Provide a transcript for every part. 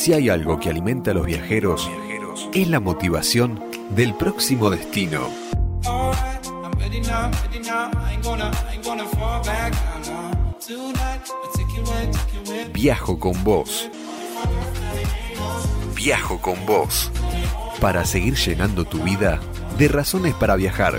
Si hay algo que alimenta a los viajeros, es la motivación del próximo destino. Viajo con vos. Viajo con vos. Para seguir llenando tu vida de razones para viajar.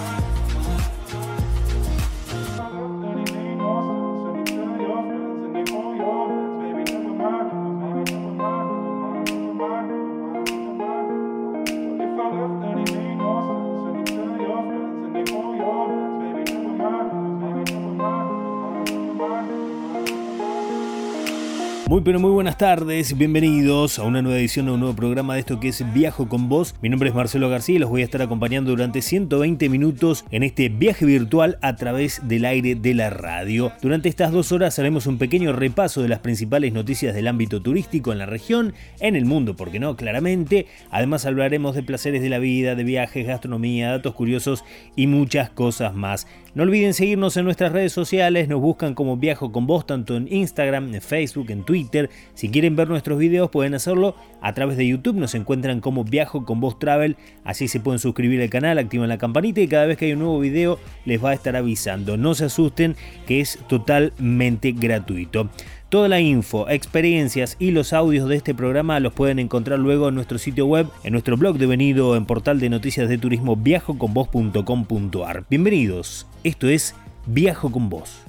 Muy buenas tardes, bienvenidos a una nueva edición, a un nuevo programa de esto que es Viajo con Vos. Mi nombre es Marcelo García y los voy a estar acompañando durante 120 minutos en este viaje virtual a través del aire de la radio. Durante estas 2 horas haremos un pequeño repaso de las principales noticias del ámbito turístico en la región, en el mundo, ¿por qué no? Claramente. Además hablaremos de placeres de la vida, de viajes, gastronomía, datos curiosos y muchas cosas más. No olviden seguirnos en nuestras redes sociales, nos buscan como Viajo con Vos, tanto en Instagram, en Facebook, en Twitter. Si quieren ver nuestros videos pueden hacerlo a través de YouTube, nos encuentran como Viajo con Vos Travel, así se pueden suscribir al canal, activan la campanita y cada vez que hay un nuevo video les va a estar avisando. No se asusten que es totalmente gratuito. Toda la info, experiencias y los audios de este programa los pueden encontrar luego en nuestro sitio web, en nuestro blog devenido en portal de noticias de turismo viajoconvos.com.ar. Bienvenidos, esto es Viajo con Vos.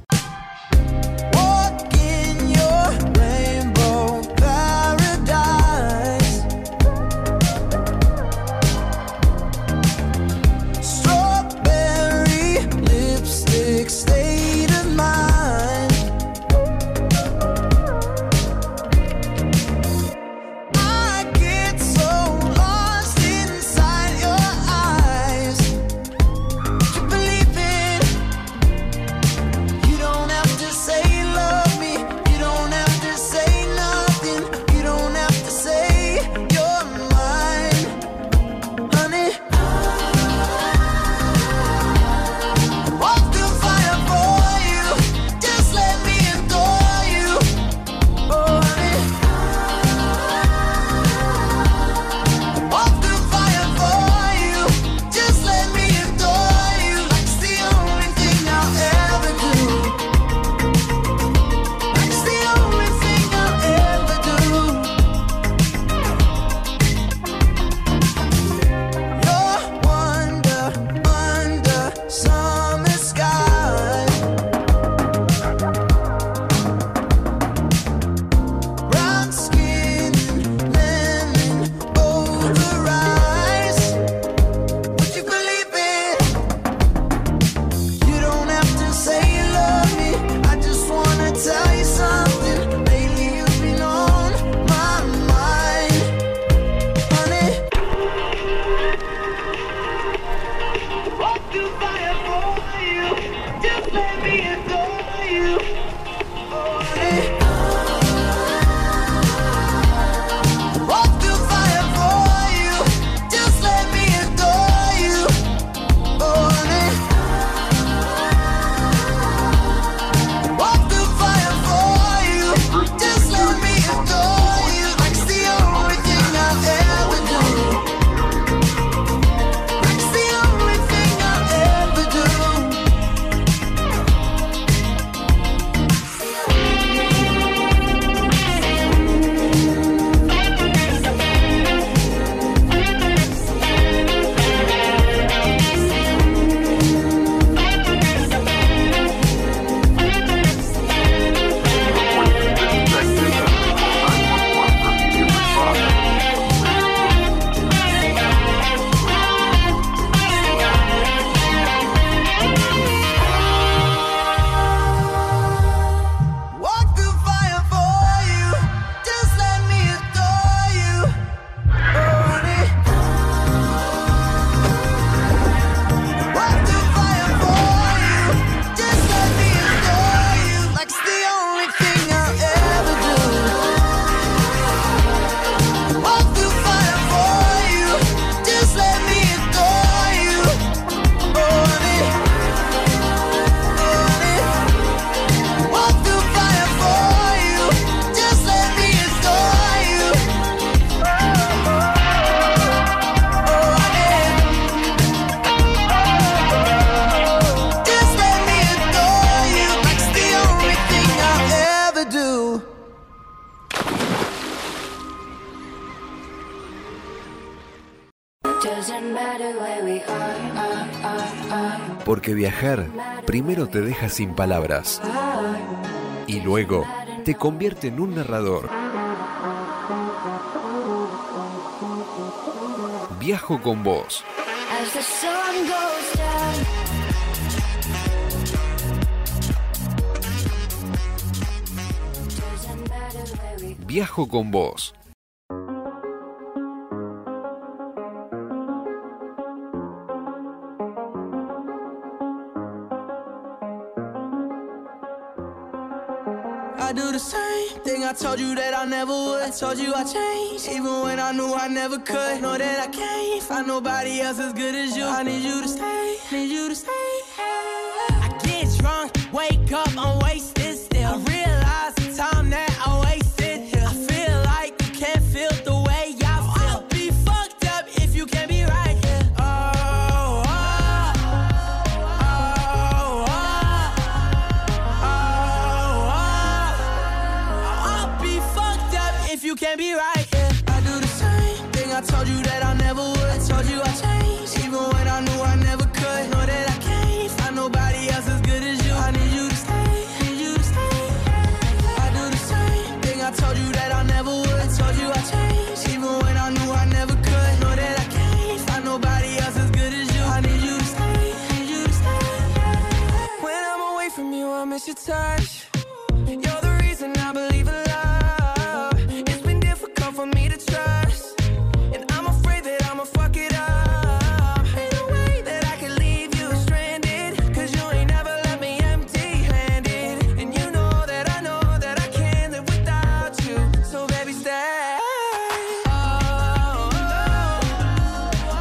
Porque viajar primero te deja sin palabras y luego te convierte en un narrador. Viajo con vos. Viajo con vos. I do the same thing I told you that I never would. I told you I changed, even when I knew I never could. Know that I can't find nobody else as good as you. I need you to stay, need you to stay. I get drunk, wake up, I'm wasted still. I realize the time that I wasted here. I feel like you can't feel the way I feel. I'll be fucked up if you can't be right here. Oh, oh, oh, oh, oh, oh. I'll be fucked up if you can't be right here. I do the same thing I told you that I never would. I told you I changed, even when I knew I never could. Know that I can't find nobody else as good as you. I need you to stay, need you to stay. I do the same thing I told you that I never would. I told you I changed, even when I knew I never could. Know that I can't find nobody else as good as you. I need you to stay, need you to stay. When I'm away from you, I miss your touch. You're the reason I believe in love. It's been difficult for me to trust, and I'm afraid that I'ma fuck it up. Ain't no way that I can leave you stranded, cause you ain't never left me empty-handed. And you know that I can't live without you. So baby, stay. Oh, oh, oh,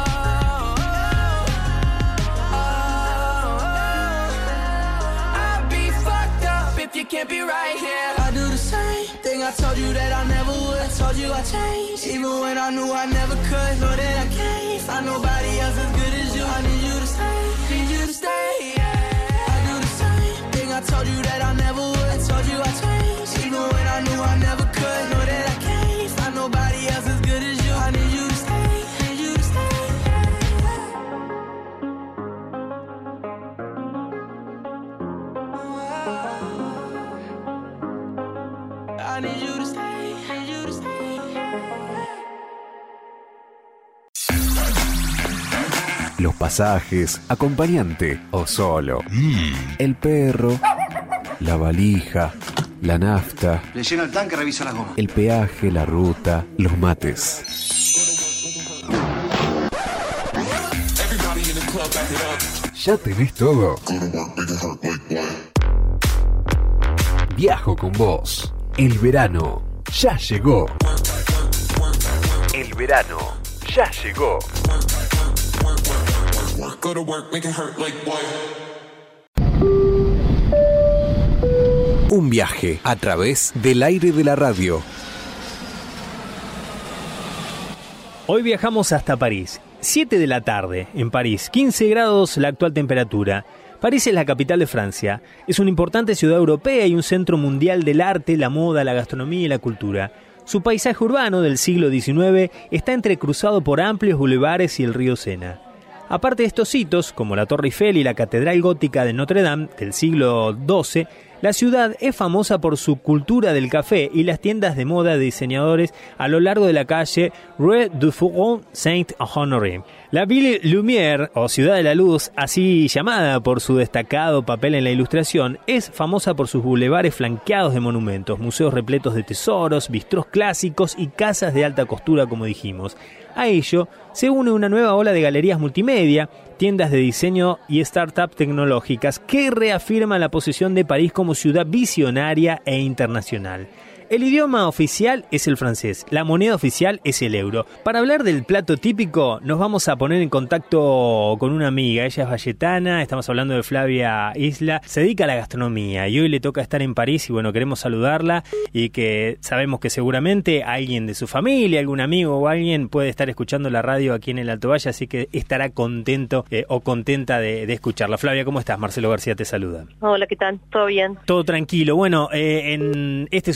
oh. I'll be fucked up if you can't be right here. I do the same thing I told you that I never would. I told you I changed, even when I knew I never could. Know that I can't find nobody else as good as you. I need you to stay, need you to stay. I do the same thing I told you that I never would. I told you I changed, even when I knew I never could. Know that I can't find nobody else as good as you. I need you to stay, need you to stay. I need you to stay, need you to stay. Los pasajes, acompañante o solo. El perro, la valija, la nafta, Le lleno el tanque, reviso las gomas. el peaje, la ruta, los mates. ¿Ya tenés todo? Viajo con vos. El verano ya llegó. El verano ya llegó. Go to work, make it hurt like what? Un viaje a través del aire de la radio. Hoy viajamos hasta París. 7 de la tarde en París, 15 grados la actual temperatura. París es la capital de Francia. Es una importante ciudad europea y un centro mundial del arte, la moda, la gastronomía y la cultura. Su paisaje urbano del siglo XIX está entrecruzado por amplios bulevares y el río Sena. Aparte de estos hitos, como la Torre Eiffel y la Catedral Gótica de Notre Dame del siglo XII, la ciudad es famosa por su cultura del café y las tiendas de moda de diseñadores a lo largo de la calle Rue du Faubourg Saint-Honoré. La Ville Lumière, o Ciudad de la Luz, así llamada por su destacado papel en la ilustración, es famosa por sus bulevares flanqueados de monumentos, museos repletos de tesoros, bistrós clásicos y casas de alta costura, como dijimos. A ello se une una nueva ola de galerías multimedia, tiendas de diseño y startups tecnológicas que reafirman la posición de París como ciudad visionaria e internacional. El idioma oficial es el francés, la moneda oficial es el euro. Para hablar del plato típico nos vamos a poner en contacto con una amiga, ella es valletana, estamos hablando de Flavia Isla, se dedica a la gastronomía y hoy le toca estar en París y bueno, queremos saludarla y que sabemos que seguramente alguien de su familia, algún amigo o alguien puede estar escuchando la radio aquí en el Alto Valle, así que estará contento o contenta de escucharla. Flavia, ¿cómo estás? Marcelo García te saluda. Hola, ¿qué tal? ¿Todo bien? Todo tranquilo. Bueno, este es un programa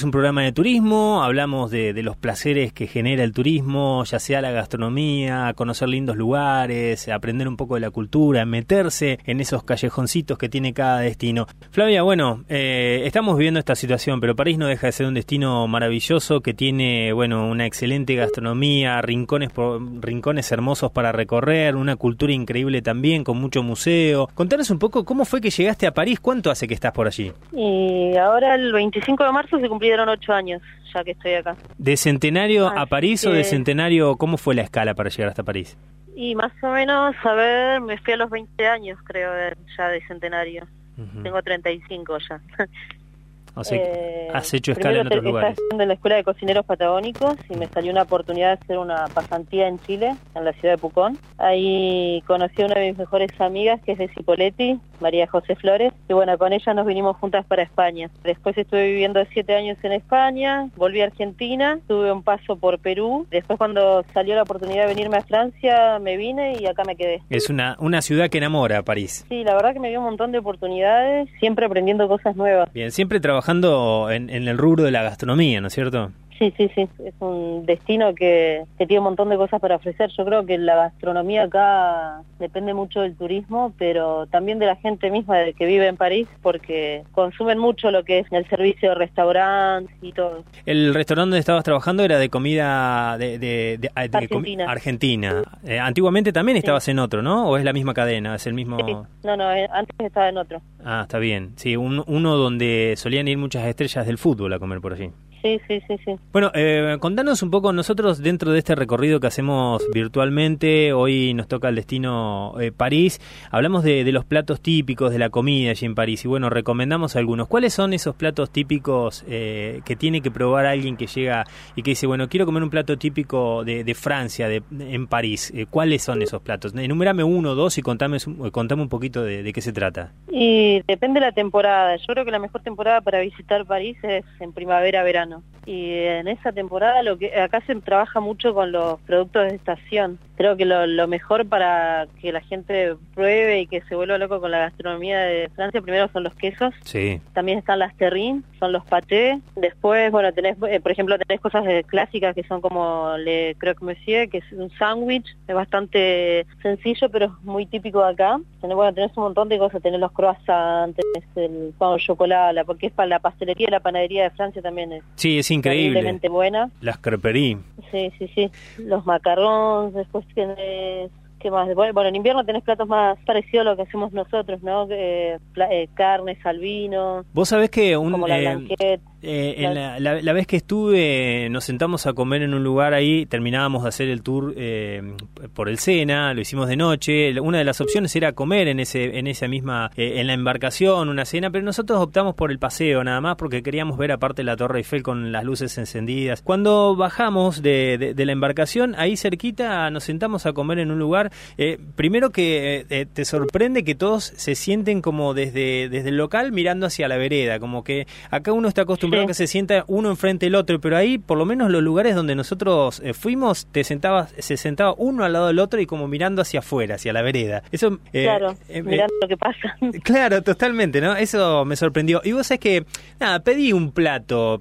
de turismo, hablamos de los placeres que genera el turismo, ya sea la gastronomía, conocer lindos lugares, aprender un poco de la cultura, meterse en esos callejoncitos que tiene cada destino. Flavia, bueno, estamos viviendo esta situación, pero París no deja de ser un destino maravilloso que tiene, bueno, una excelente gastronomía, rincones hermosos para recorrer, una cultura increíble también, con mucho museo. Contanos un poco cómo fue que llegaste a París, ¿cuánto hace que estás por allí? Y ahora el 25 de marzo se cumplieron 8 años ya que estoy acá. ¿De Centenario a París o de Centenario? ¿Cómo fue la escala para llegar hasta París? Y más o menos, a ver, me fui a los 20 años, creo, ya de Centenario. Tengo 35 ya. O sea, has hecho escala en otros lugares. Estaba estudiando en la Escuela de Cocineros Patagónicos y me salió una oportunidad de hacer una pasantía en Chile, en la ciudad de Pucón. Ahí conocí a una de mis mejores amigas, que es de Cipolletti, María José Flores, y bueno, con ella nos vinimos juntas para España. Después estuve viviendo 7 años en España, volví a Argentina, tuve un paso por Perú. Después, cuando salió la oportunidad de venirme a Francia, me vine y acá me quedé. Es una ciudad que enamora, París. Sí, la verdad que me dio un montón de oportunidades, siempre aprendiendo cosas nuevas. Bien, siempre trabajando en el rubro de la gastronomía, ¿no es cierto? Sí, es un destino que tiene un montón de cosas para ofrecer. Yo creo que la gastronomía acá depende mucho del turismo, pero también de la gente misma que vive en París, porque consumen mucho lo que es el servicio de restaurantes y todo. ¿El restaurante donde estabas trabajando era de comida de Argentina? Argentina. Antiguamente también estabas en otro, ¿no? ¿O es la misma cadena? ¿Es el mismo...? Sí. No, antes estaba en otro. Ah, está bien. Sí, uno donde solían ir muchas estrellas del fútbol a comer por allí. Sí. Bueno, contanos un poco, nosotros dentro de este recorrido que hacemos virtualmente, hoy nos toca el destino París, hablamos de los platos típicos de la comida allí en París y bueno, recomendamos algunos. ¿Cuáles son esos platos típicos que tiene que probar alguien que llega y que dice, bueno, quiero comer un plato típico de Francia, en París? ¿Cuáles son esos platos? Enumérame 1 o 2 y contame un poquito de qué se trata. Y depende de la temporada. Yo creo que la mejor temporada para visitar París es en primavera-verano. Y en esa temporada acá se trabaja mucho con los productos de estación. Creo que lo mejor para que la gente pruebe y que se vuelva loco con la gastronomía de Francia, primero son los quesos. Sí. También están las terrines, son los pâtés. Después, bueno, tenés, por ejemplo, tenés cosas clásicas que son como le croque monsieur, que es un sándwich, es bastante sencillo, pero es muy típico de acá. Tenés un montón de cosas, tenés los croissants, tenés el pan au chocolat, porque es para la pastelería y la panadería de Francia también es. Sí, es increíble. Increíblemente buena. Las creperies. Sí. Los macarrons, después tenés... ¿Qué más? Bueno, en invierno tenés platos más parecidos a lo que hacemos nosotros, ¿no? Carnes al vino. Vos sabés que como la blanquette. La vez que estuve nos sentamos a comer en un lugar ahí, terminábamos de hacer el tour por el Sena, lo hicimos de noche. Una de las opciones era comer en esa misma en la embarcación una cena, pero nosotros optamos por el paseo nada más porque queríamos ver aparte la Torre Eiffel con las luces encendidas. Cuando bajamos de la embarcación, ahí cerquita nos sentamos a comer en un lugar. Primero que te sorprende que todos se sienten como desde el local mirando hacia la vereda, como que acá uno está acostumbrado a que se sienta uno enfrente del otro, pero ahí por lo menos los lugares donde nosotros fuimos se sentaba uno al lado del otro y como mirando hacia afuera, hacia la vereda. Eso claro, mirando lo que pasa. Claro, totalmente, ¿no? Eso me sorprendió. Y vos sabés que, pedí un plato,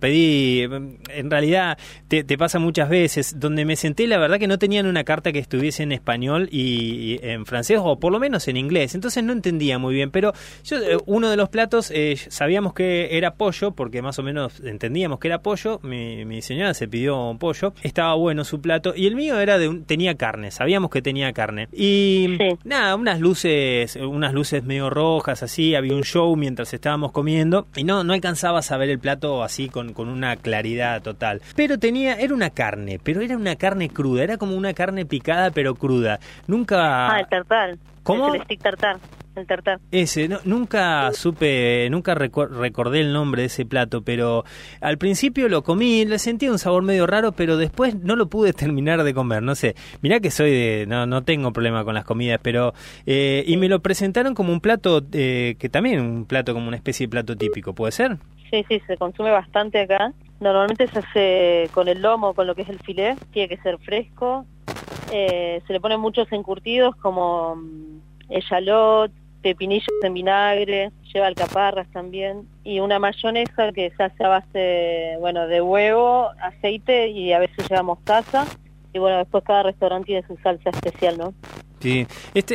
en realidad te pasa muchas veces, donde me senté, la verdad que no tenían una carta que estuviese en español y en francés o por lo menos en inglés, entonces no entendía muy bien, pero yo uno de los platos sabíamos que era pollo, porque más o menos entendíamos que era pollo, mi señora se pidió un pollo, estaba bueno su plato, y el mío era tenía carne, sabíamos que tenía carne, y unas luces medio rojas, así, había un show mientras estábamos comiendo, y no alcanzabas a ver el plato así con una claridad total, pero era una carne, pero era una carne cruda, era como una carne picada pero cruda. Nunca... el tartar. ¿Cómo? El stick tartar. El tartar. Ese, nunca recordé el nombre de ese plato, pero al principio lo comí, le sentí un sabor medio raro, pero después no lo pude terminar de comer, no sé. Mirá que no tengo problema con las comidas, pero... y me lo presentaron como un plato, que también un plato como una especie de plato típico, ¿puede ser? Sí, se consume bastante acá. Normalmente se hace con el lomo, con lo que es el filé, tiene que ser fresco. Se le ponen muchos encurtidos como echalot, pepinillos en vinagre, lleva alcaparras también, y una mayonesa que se hace a base, bueno, de huevo, aceite y a veces lleva mostaza, y bueno, después cada restaurante tiene su salsa especial, ¿no? Sí,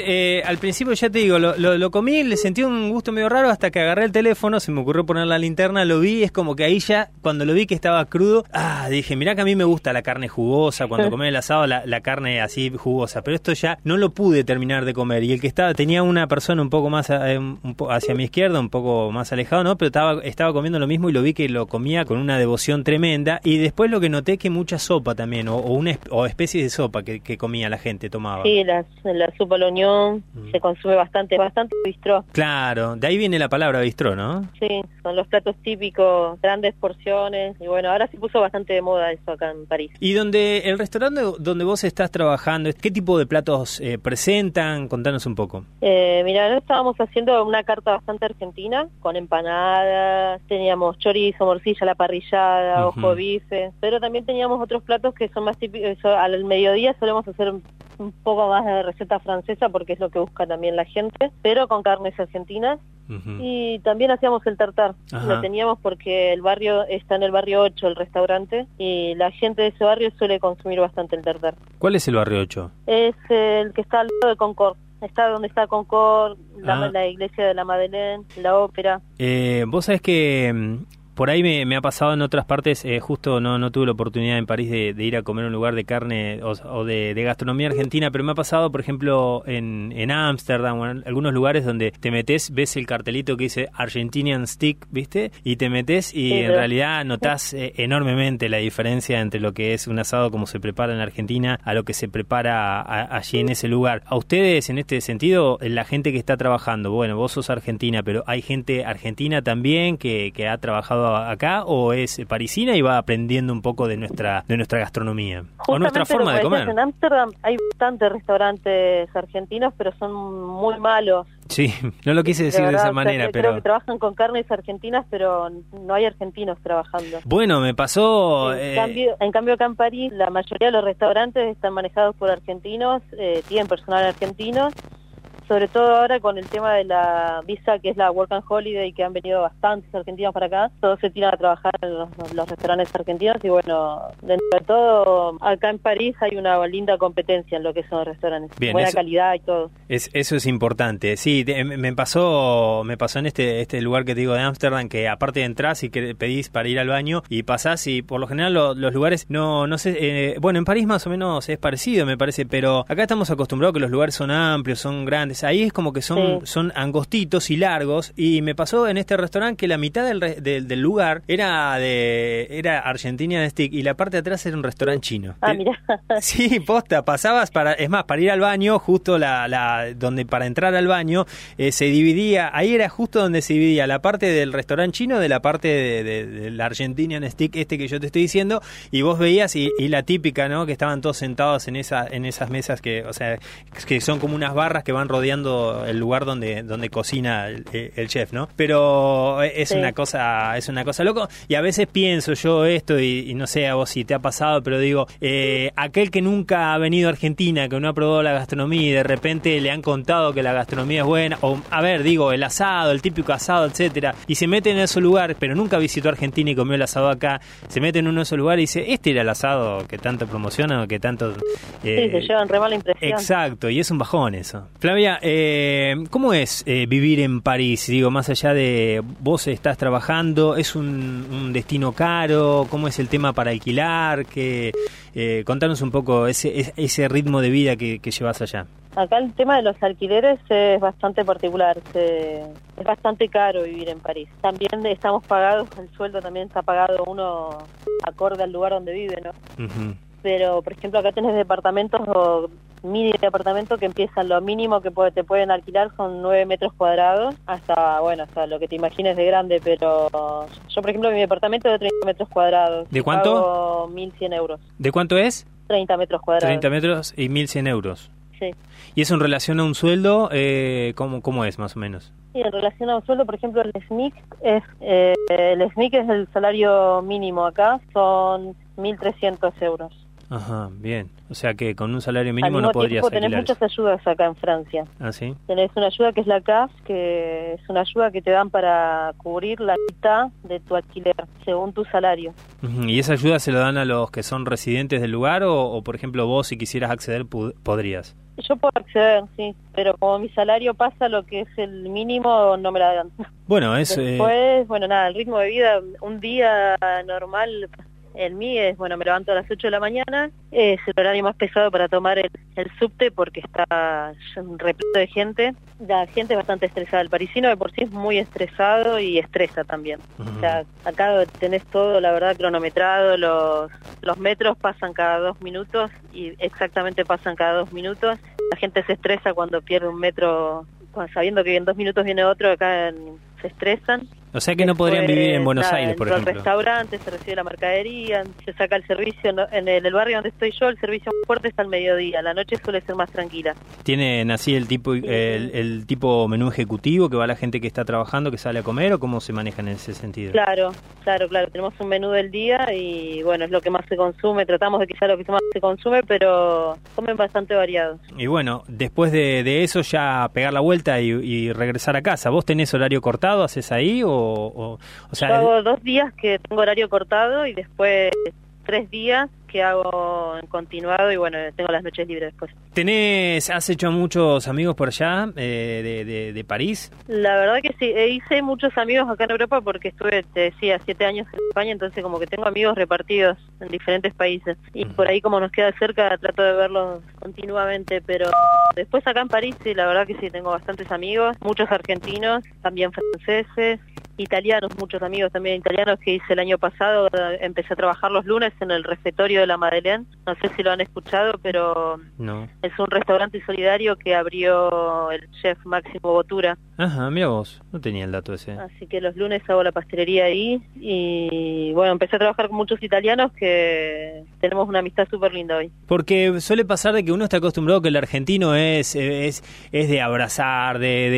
al principio ya te digo, lo comí, le sentí un gusto medio raro hasta que agarré el teléfono, se me ocurrió poner la linterna, lo vi, es como que ahí ya, cuando lo vi que estaba crudo, dije, mirá que a mí me gusta la carne jugosa, cuando comí el asado, la carne así jugosa, pero esto ya no lo pude terminar de comer, y el que tenía una persona un poco más hacia mi izquierda, un poco más alejado, ¿no? Pero estaba comiendo lo mismo y lo vi que lo comía con una devoción tremenda, y después lo que noté que mucha sopa también, o especie de sopa que comía la gente, tomaba. Sí, la sopa al oñón se consume bastante bistró. Claro, de ahí viene la palabra bistró, ¿no? Sí, son los platos típicos, grandes porciones, y bueno, ahora se puso bastante de moda eso acá en París. ¿Y el restaurante donde vos estás trabajando, qué tipo de platos presentan? Contanos un poco. Mira, nosotros estábamos haciendo una carta bastante argentina, con empanadas, teníamos chorizo, morcilla a la parrillada, ojo bife, pero también teníamos otros platos que son más típicos. Al mediodía solemos hacer un poco más de receta francesa porque es lo que busca también la gente, pero con carnes argentinas. Y también hacíamos el tartar. Lo teníamos porque el barrio está en el barrio 8, el restaurante, y la gente de ese barrio suele consumir bastante el tartar. ¿Cuál es el barrio 8? Es el que está al lado de Concord. Está donde está Concord, la iglesia de la Madeleine, la ópera. Vos sabés que por ahí me ha pasado en otras partes, justo no tuve la oportunidad en París de ir a comer a un lugar de carne o de gastronomía argentina, pero me ha pasado, por ejemplo, en Ámsterdam o en algunos lugares donde te metés, ves el cartelito que dice Argentinian Stick, ¿viste? Y te metés y en realidad notás enormemente la diferencia entre lo que es un asado como se prepara en Argentina a lo que se prepara allí en ese lugar. A ustedes, en este sentido, la gente que está trabajando, bueno, vos sos argentina, pero ¿hay gente argentina también que ha trabajado acá o es parisina y va aprendiendo un poco de nuestra gastronomía? Justamente o nuestra forma de comer. En Ámsterdam hay bastantes restaurantes argentinos, pero son muy malos. Sí, no lo quise decir de esa manera, pero creo que trabajan con carnes argentinas, pero no hay argentinos trabajando. Bueno, me pasó. En cambio acá en París la mayoría de los restaurantes están manejados por argentinos, tienen personal argentino. Sobre todo ahora con el tema de la visa, que es la Work and Holiday, que han venido bastantes argentinos para acá, todos se tiran a trabajar en los restaurantes argentinos y bueno, dentro de todo, acá en París hay una linda competencia en lo que son los restaurantes. Bien, buena calidad y todo. Eso es importante. Sí, me pasó en este lugar que te digo de Ámsterdam, que aparte entrás y que pedís para ir al baño y pasás y por lo general los lugares, no sé, bueno, en París más o menos es parecido, me parece, pero acá estamos acostumbrados que los lugares son amplios, son grandes. Ahí es como que son angostitos y largos, y me pasó en este restaurante que la mitad del lugar era Argentinian Stick y la parte de atrás era un restaurante chino. Mira. Sí, posta, pasabas para ir al baño, justo donde para entrar al baño se dividía, ahí era justo donde se dividía la parte del restaurante chino de la parte de la Argentinian Stick que yo te estoy diciendo, y vos veías y la típica, ¿no? Que estaban todos sentados en esas mesas que son como unas barras que van rodeando el lugar donde cocina el chef, ¿no? Pero es una cosa loco, y a veces pienso yo esto y no sé a vos si te ha pasado, pero digo, aquel que nunca ha venido a Argentina, que no ha probado la gastronomía y de repente le han contado que la gastronomía es buena, o el asado, el típico asado, etcétera, y se mete en esos lugares, pero nunca visitó Argentina y comió el asado acá, se mete en uno de esos lugares y dice, este era el asado que tanto promocionan o que tanto... se llevan re mala impresión. Exacto, y es un bajón eso. Flavia, ¿cómo es vivir en París? Digo, más allá de vos estás trabajando, ¿es un destino caro? ¿Cómo es el tema para alquilar? Contanos un poco ese ritmo de vida que llevas allá. Acá el tema de los alquileres es bastante particular, es bastante caro vivir en París. También estamos pagados, el sueldo también está pagado uno acorde al lugar donde vive, ¿no? Uh-huh. Pero, por ejemplo, acá tenés departamentos o mini departamentos que empiezan, lo mínimo que te pueden alquilar son 9 metros cuadrados, hasta lo que te imagines de grande, pero yo, por ejemplo, mi departamento es de 30 metros cuadrados. ¿De cuánto? Pago 1.100 euros. ¿De cuánto es? 30 metros cuadrados. 30 metros y 1.100 euros. Sí. ¿Y eso en relación a un sueldo, cómo es más o menos? Sí, en relación a un sueldo, por ejemplo, el SMIC es el salario mínimo acá, son 1.300 euros. Ajá, bien. O sea que con un salario mínimo Al no mismo podrías tiempo tenés alquilar. muchas ayudas acá en Francia. ¿Ah, sí? Tenés una ayuda que es la CAF, que es una ayuda que te dan para cubrir la mitad de tu alquiler, según tu salario. Ujú. ¿Y esa ayuda se la dan a los que son residentes del lugar o por ejemplo, vos si quisieras acceder podrías? Yo puedo acceder, sí, pero como mi salario pasa lo que es el mínimo, no me la dan. Bueno, es... Después, bueno, nada, el ritmo de vida, un día normal, el mío es, bueno, me levanto a las 8 de la mañana, es el horario más pesado para tomar el subte porque está repleto de gente. La gente es bastante estresada, el parisino de por sí es muy estresado y estresa también. O sea, acá tenés todo, la verdad, cronometrado, los metros pasan cada 2 minutos y exactamente pasan cada 2 minutos. La gente se estresa cuando pierde un metro, sabiendo que en 2 minutos viene otro, acá se estresan. O sea que no podrían vivir en Buenos Aires, por ejemplo. En el restaurante se recibe la mercadería, se saca el servicio. En el barrio donde estoy yo, el servicio más fuerte está al mediodía. La noche suele ser más tranquila. ¿Tienen así el tipo menú ejecutivo que va la gente que está trabajando, que sale a comer, o cómo se manejan en ese sentido? Claro. Tenemos un menú del día y bueno, es lo que más se consume. Tratamos de que sea lo que más se consume, pero comen bastante variados. Y bueno, después de eso ya pegar la vuelta y regresar a casa. ¿Vos tenés horario cortado? ¿Haces ahí o sea, yo hago 2 días que tengo horario cortado y después 3 días que hago en continuado y bueno, tengo las noches libres después. ¿Has hecho muchos amigos por allá de París? La verdad que sí, hice muchos amigos acá en Europa porque estuve, te decía, 7 años en España, entonces como que tengo amigos repartidos en diferentes países y por ahí como nos queda cerca trato de verlos continuamente, pero después acá en París sí, la verdad que sí, tengo bastantes amigos, muchos argentinos, también franceses, italianos, muchos amigos también italianos que hice el año pasado. Empecé a trabajar los lunes en el refectorio de la Madeleine, no sé si lo han escuchado, pero no. Es un restaurante solidario que abrió el chef Máximo Bottura. Ajá, mira vos, no tenía el dato ese. Así que los lunes hago la pastelería ahí y bueno, empecé a trabajar con muchos italianos que tenemos una amistad súper linda hoy. Porque suele pasar de que uno está acostumbrado que el argentino es de abrazar,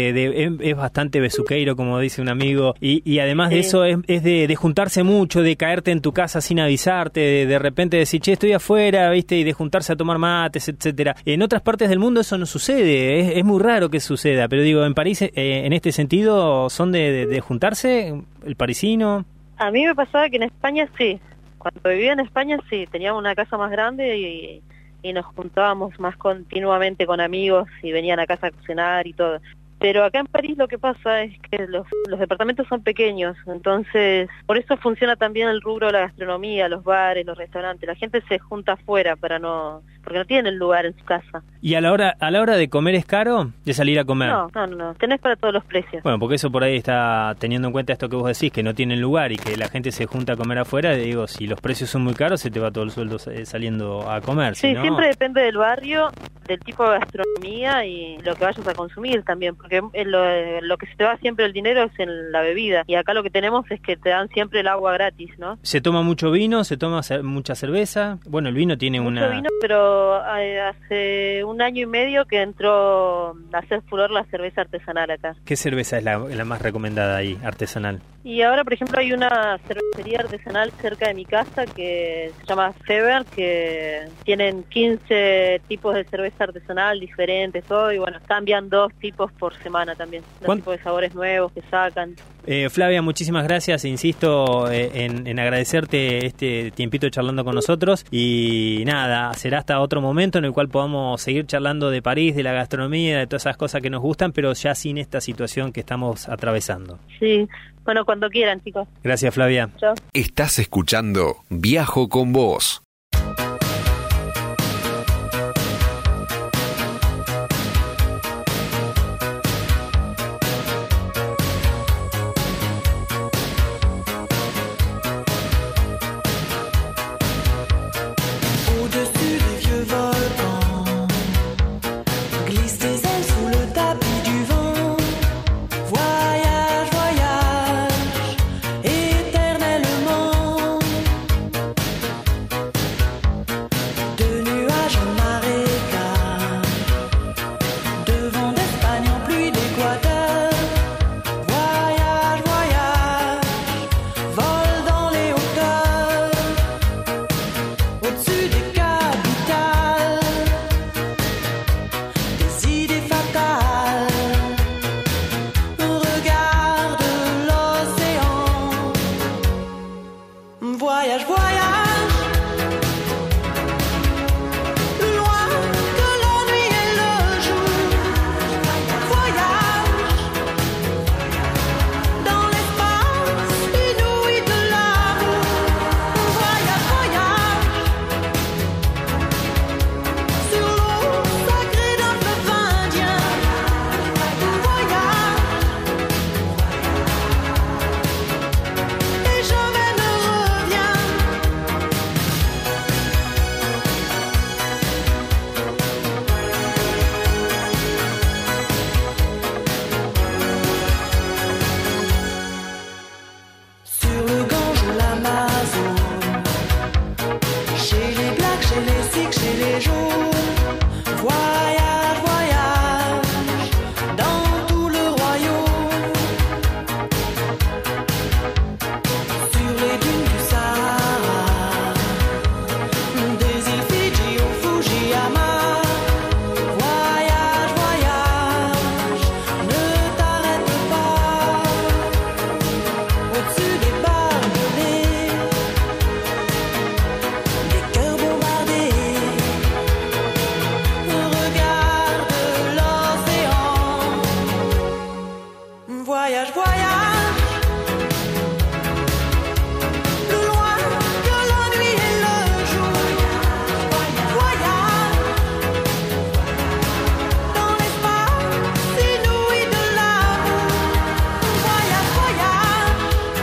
es bastante besuqueiro, como dice un amigo, y además de eso es de juntarse mucho, de caerte en tu casa sin avisarte, de repente decir, che, estoy afuera, ¿viste? Y de juntarse a tomar mates, etcétera. En otras partes del mundo eso no sucede, es muy raro que suceda, pero digo, en París, en este sentido, ¿son de juntarse el parisino? A mí me pasaba que en España sí, cuando vivía en España sí, teníamos una casa más grande y nos juntábamos más continuamente con amigos y venían a casa a cocinar y todo. Pero acá en París lo que pasa es que los departamentos son pequeños, entonces por eso funciona también el rubro de la gastronomía, los bares, los restaurantes. La gente se junta afuera porque no tienen lugar en su casa. ¿Y a la hora de comer es caro de salir a comer? No, tenés para todos los precios. Bueno, porque eso por ahí está teniendo en cuenta esto que vos decís, que no tienen lugar y que la gente se junta a comer afuera. Digo, si los precios son muy caros, se te va todo el sueldo saliendo a comer. Sí, si no... siempre depende del barrio, del tipo de gastronomía y lo que vayas a consumir también, porque lo que se te va siempre el dinero es en la bebida, y acá lo que tenemos es que te dan siempre el agua gratis, ¿no? ¿Se toma mucho vino? ¿Se toma mucha cerveza? Bueno, el vino tiene mucho vino, pero hace 1 año y medio que entró a hacer furor la cerveza artesanal acá. ¿Qué cerveza es la más recomendada ahí, artesanal? Y ahora, por ejemplo, hay una cervecería artesanal cerca de mi casa que se llama Feber, que tienen 15 tipos de cerveza artesanal diferentes, todo, y bueno, cambian 2 tipos por semana también, 2 tipos de sabores nuevos que sacan. Flavia, muchísimas gracias, insisto en agradecerte este tiempito charlando con nosotros, y nada, será hasta otro momento en el cual podamos seguir charlando de París, de la gastronomía, de todas esas cosas que nos gustan, pero ya sin esta situación que estamos atravesando. Sí, bueno, cuando quieran, chicos. Gracias, Flavia. Chao. Estás escuchando Viajo con Vos. Voyage, voyage, plus loin que la nuit et le jour. Voyage, dans l'espace inouï de l'amour. Voyage, voyage,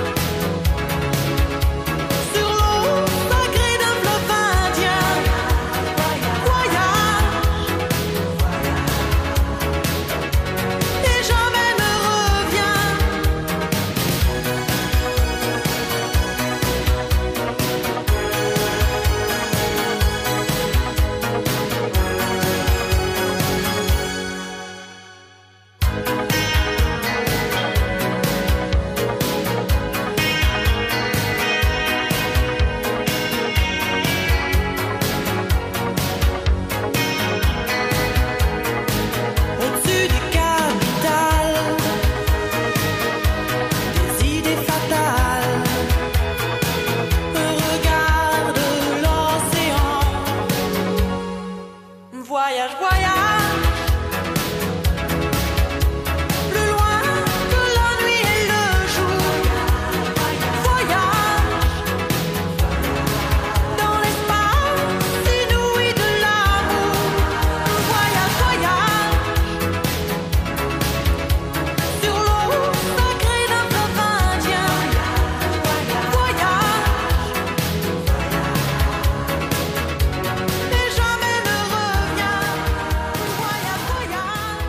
sur l'eau sacrée d'un fleuve indien. Voyage, et jamais ne revient. Au-dessus des capitales, des idées fatales, regarde l'océan. Voyage, voyage, plus loin que la nuit et le jour. Voyage, dans l'espace inouï de l'amour. Voyage, voyage, sur l'eau sacrée d'un fleuve indien. Voyage, et jamais ne revient. Voyage, voyage.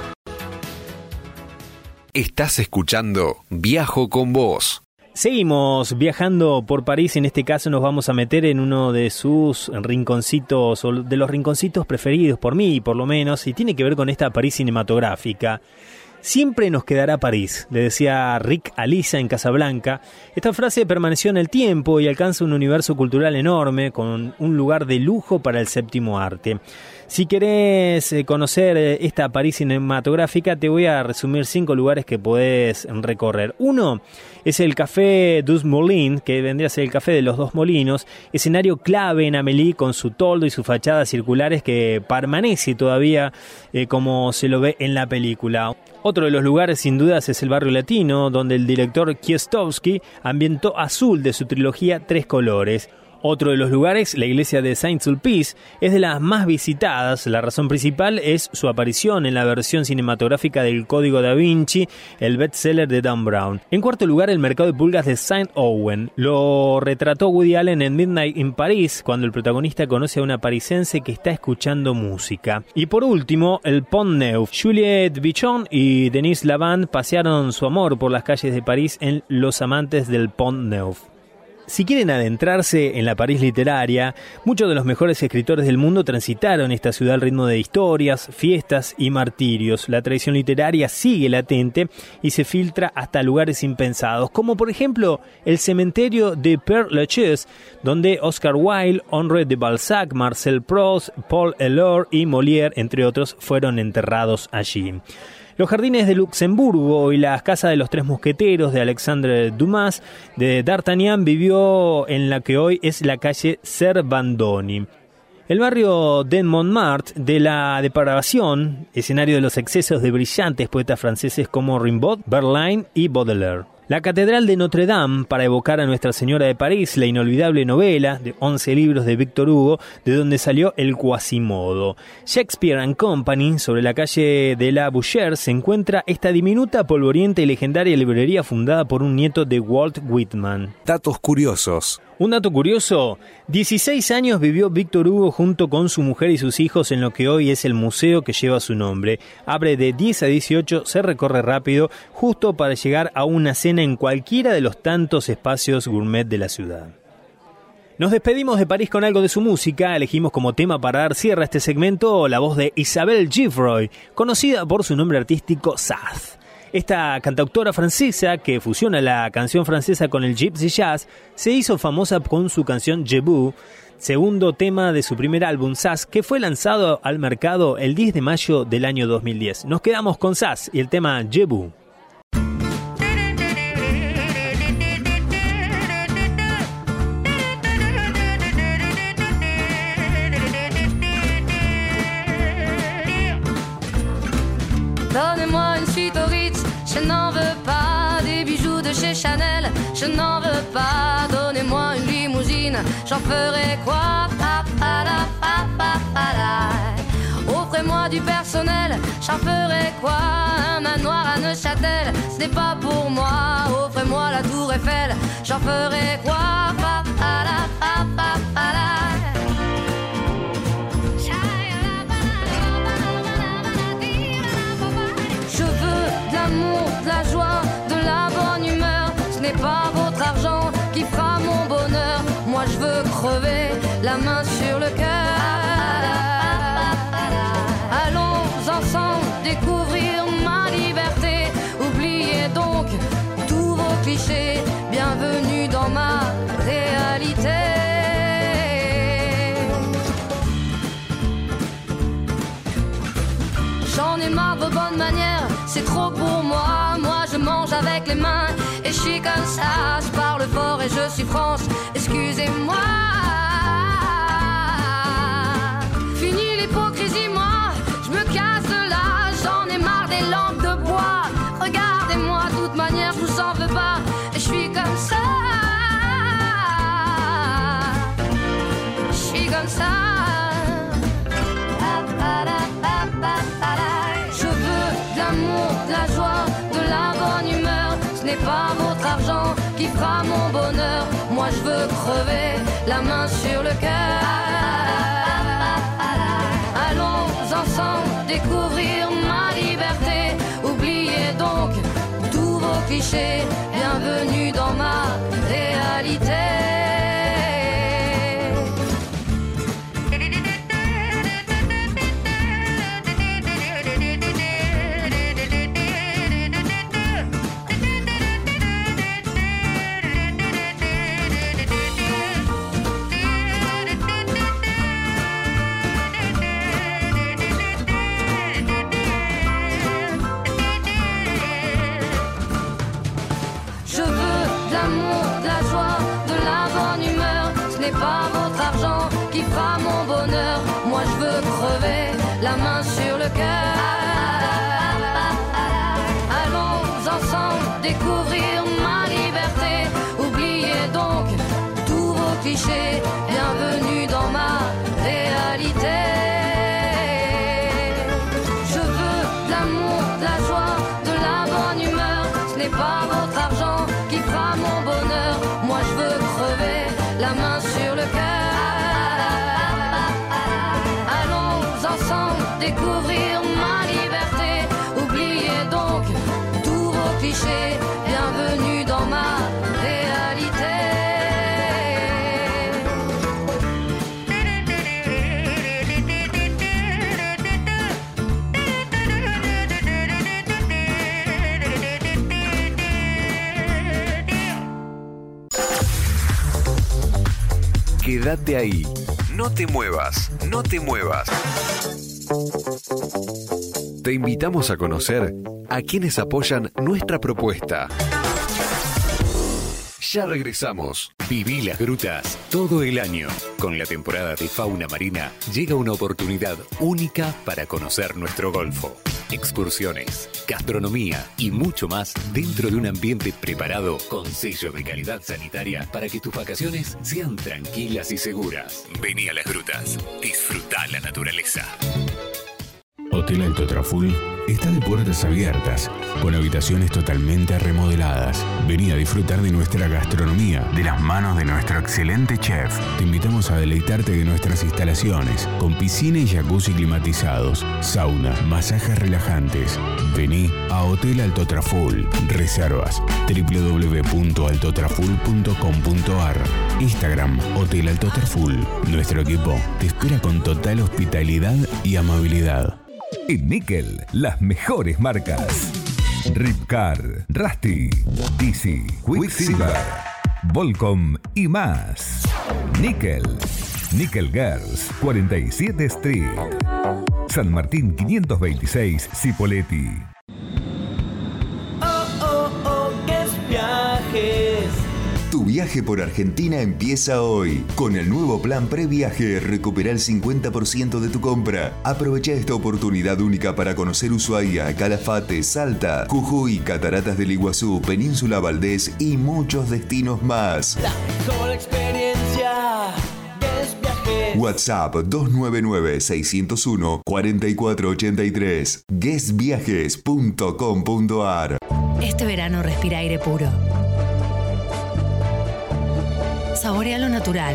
Estás escuchando Viajo con Vos. Seguimos viajando por París, en este caso nos vamos a meter en uno de sus rinconcitos, o de los rinconcitos preferidos por mí, por lo menos, y tiene que ver con esta París cinematográfica. Siempre nos quedará París, le decía Rick a Lisa en Casablanca. Esta frase permaneció en el tiempo y alcanza un universo cultural enorme, con un lugar de lujo para el séptimo arte. Si querés conocer esta París cinematográfica, te voy a resumir 5 lugares que podés recorrer. Uno es el Café dos Moulins, que vendría a ser el Café de los Dos Molinos, escenario clave en Amélie con su toldo y sus fachadas circulares que permanece todavía como se lo ve en la película. Otro de los lugares sin dudas es el barrio latino, donde el director Kieslowski ambientó Azul de su trilogía Tres Colores. Otro de los lugares, la iglesia de Saint-Sulpice, es de las más visitadas. La razón principal es su aparición en la versión cinematográfica del Código da Vinci, el bestseller de Dan Brown. En cuarto lugar, el mercado de pulgas de Saint-Ouen. Lo retrató Woody Allen en Midnight in Paris, cuando el protagonista conoce a una parisense que está escuchando música. Y por último, el Pont Neuf. Juliette Bichon y Denise Lavant pasearon su amor por las calles de París en Los Amantes del Pont Neuf. Si quieren adentrarse en la París literaria, muchos de los mejores escritores del mundo transitaron esta ciudad al ritmo de historias, fiestas y martirios. La tradición literaria sigue latente y se filtra hasta lugares impensados, como por ejemplo el cementerio de Père Lachaise, donde Oscar Wilde, Henri de Balzac, Marcel Proust, Paul Eluard y Molière, entre otros, fueron enterrados allí. Los jardines de Luxemburgo y las casas de los Tres Mosqueteros de Alexandre Dumas de D'Artagnan vivió en la que hoy es la calle Servandoni. El barrio de Montmartre de la depravación, escenario de los excesos de brillantes poetas franceses como Rimbaud, Verlaine y Baudelaire. La Catedral de Notre Dame, para evocar a Nuestra Señora de París, la inolvidable novela de 11 libros de Víctor Hugo, de donde salió el Quasimodo. Shakespeare and Company, sobre la calle de la Boucherie, se encuentra esta diminuta, polvorienta y legendaria librería fundada por un nieto de Walt Whitman. Datos curiosos. Un dato curioso, 16 años vivió Víctor Hugo junto con su mujer y sus hijos en lo que hoy es el museo que lleva su nombre. Abre de 10 a 18, se recorre rápido, justo para llegar a una cena en cualquiera de los tantos espacios gourmet de la ciudad. Nos despedimos de París con algo de su música. Elegimos como tema para dar cierre a este segmento la voz de Isabelle Geffroy, conocida por su nombre artístico Saz. Esta cantautora francesa, que fusiona la canción francesa con el gypsy jazz, se hizo famosa con su canción Je vous, segundo tema de su primer álbum Saz, que fue lanzado al mercado el 10 de mayo del año 2010. Nos quedamos con Saz y el tema Je vous. Donnez-moi une suite au Ritz, je n'en veux pas. de chez Chanel, je n'en veux pas. Donnez-moi une limousine, j'en ferai quoi? Offrez-moi du personnel, j'en ferai quoi? Un manoir à Neuchâtel, ce n'est pas pour moi. Offrez-moi la tour Eiffel, j'en ferai quoi? Je veux de l'amour, de la joie, de la bonne humeur. Ce n'est pas votre argent qui fera mon bonheur. Moi je veux crever, la main sur le cœur. Allons ensemble découvrir ma liberté. Oubliez donc tous vos clichés. Bienvenue dans ma réalité. J'en ai marre de vos bonnes manières, c'est trop pour moi. Moi je mange avec les mains et je suis comme ça. Je parle fort et je suis France, excusez-moi. Fini l'hypocrisie, moi je me casse de là. J'en ai marre des lampes de bois. Regardez-moi, de toute manière je vous en veux pas. Et je suis comme ça. Je suis comme ça. Je veux de l'amour, de la joie, de la bonne humeur. Ce n'est pas votre argent qui fera mon bonheur. Moi je veux crever, la main sur le cœur. Allons ensemble découvrir ma liberté. Oubliez donc tous vos clichés. Bienvenue dans ma réalité. Pas votre argent qui fera mon bonheur. Moi je veux crever, la main sur le cœur. Allons ensemble découvrir ma liberté. Oubliez donc tous vos clichés. Bienvenue dans ma réalité. Je veux de l'amour, de la joie, de la bonne humeur. Ce n'est pas votre argent qui fera mon bonheur. Moi je veux crever, la main sur le cœur. Allons ensemble découvrir ma liberté. Oubliez donc tous vos clichés. Bienvenue dans ma réalité. Quédate ahí. No te muevas, no te muevas. Te invitamos a conocer a quienes apoyan nuestra propuesta. Ya regresamos. Viví las grutas todo el año. Con la temporada de fauna marina llega una oportunidad única para conocer nuestro golfo. Excursiones, gastronomía y mucho más dentro de un ambiente preparado con sello de calidad sanitaria para que tus vacaciones sean tranquilas y seguras. Vení a las grutas, disfrutá la naturaleza. Hotel Alto Traful está de puertas abiertas, con habitaciones totalmente remodeladas. Vení a disfrutar de nuestra gastronomía, de las manos de nuestro excelente chef. Te invitamos a deleitarte de nuestras instalaciones, con piscina y jacuzzi climatizados, sauna, masajes relajantes. Vení a Hotel Alto Traful. Reservas www.altotraful.com.ar. Instagram Hotel Alto Traful. Nuestro equipo te espera con total hospitalidad y amabilidad. En Nickel, las mejores marcas: Ripcar, Rusty, Easy, Quicksilver, Volcom y más. Nickel, Nickel Girls, 47 Street, San Martín 526, Cipolletti. Oh, oh, oh, que es viajes. Tu viaje por Argentina empieza hoy. Con el nuevo plan previaje, recupera el 50% de tu compra. Aprovecha esta oportunidad única para conocer Ushuaia, Calafate, Salta, Jujuy, Cataratas del Iguazú, Península Valdés y muchos destinos más. La mejor experiencia es viaje. WhatsApp 299-601-4483. guestviajes.com.ar. Este verano respira aire puro. Saborea lo natural.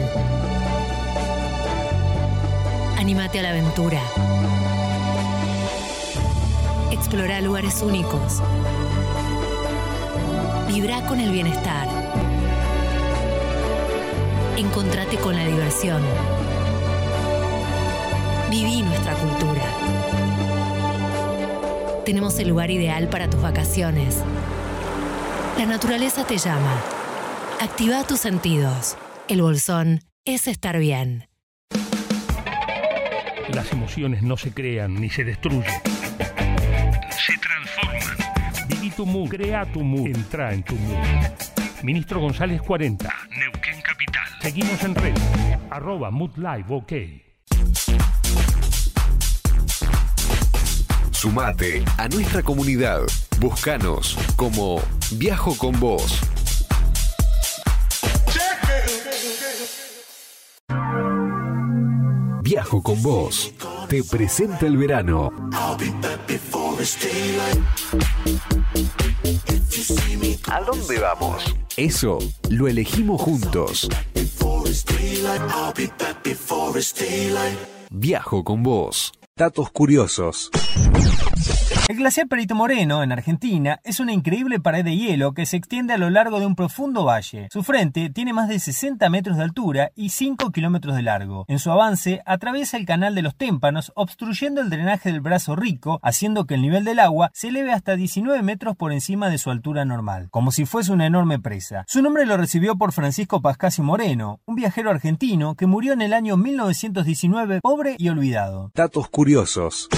Anímate a la aventura. Explora lugares únicos. Vibra con el bienestar. Encontrate con la diversión. Viví nuestra cultura. Tenemos el lugar ideal para tus vacaciones. La naturaleza te llama. Activa tus sentidos. El Bolsón es estar bien. Las emociones no se crean ni se destruyen. Se transforman. Viví tu mood, crea tu mood, entra en tu mood. Ministro González 40, Neuquén Capital. Seguimos en redes, @moodliveok. Sumate a nuestra comunidad. Búscanos como Viajo con Vos. Viajo con Vos. Te presenta el verano. ¿A dónde vamos? Eso lo elegimos juntos. Viajo con Vos. Datos curiosos. El glaciar Perito Moreno, en Argentina, es una increíble pared de hielo que se extiende a lo largo de un profundo valle. Su frente tiene más de 60 metros de altura y 5 kilómetros de largo. En su avance, atraviesa el canal de los Témpanos, obstruyendo el drenaje del Brazo Rico, haciendo que el nivel del agua se eleve hasta 19 metros por encima de su altura normal, como si fuese una enorme presa. Su nombre lo recibió por Francisco Pascasio Moreno, un viajero argentino que murió en el año 1919, pobre y olvidado. Datos curiosos.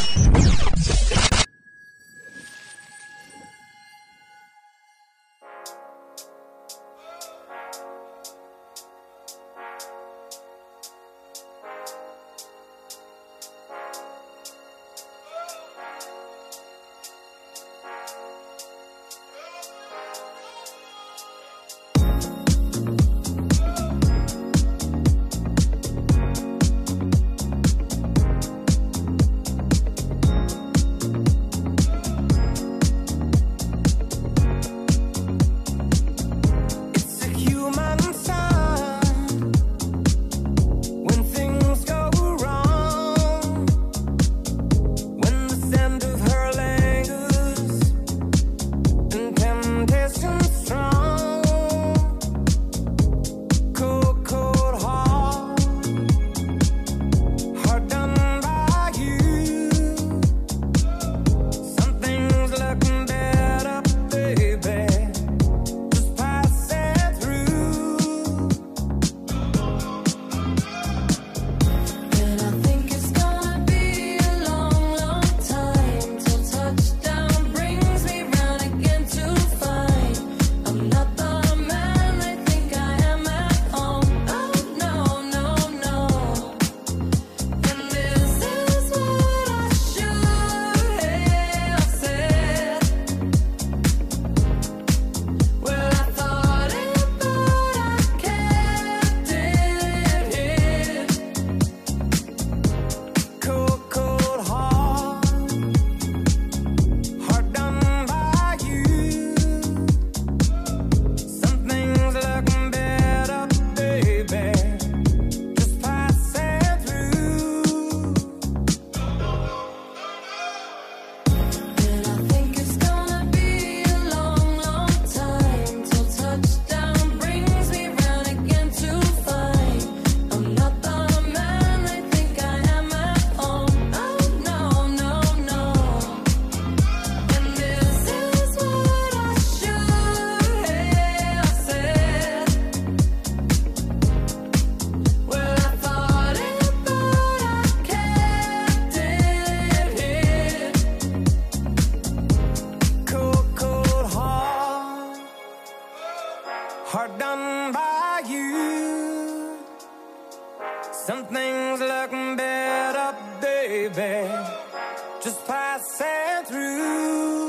Hard done by you. Some things look better, baby, just passing through.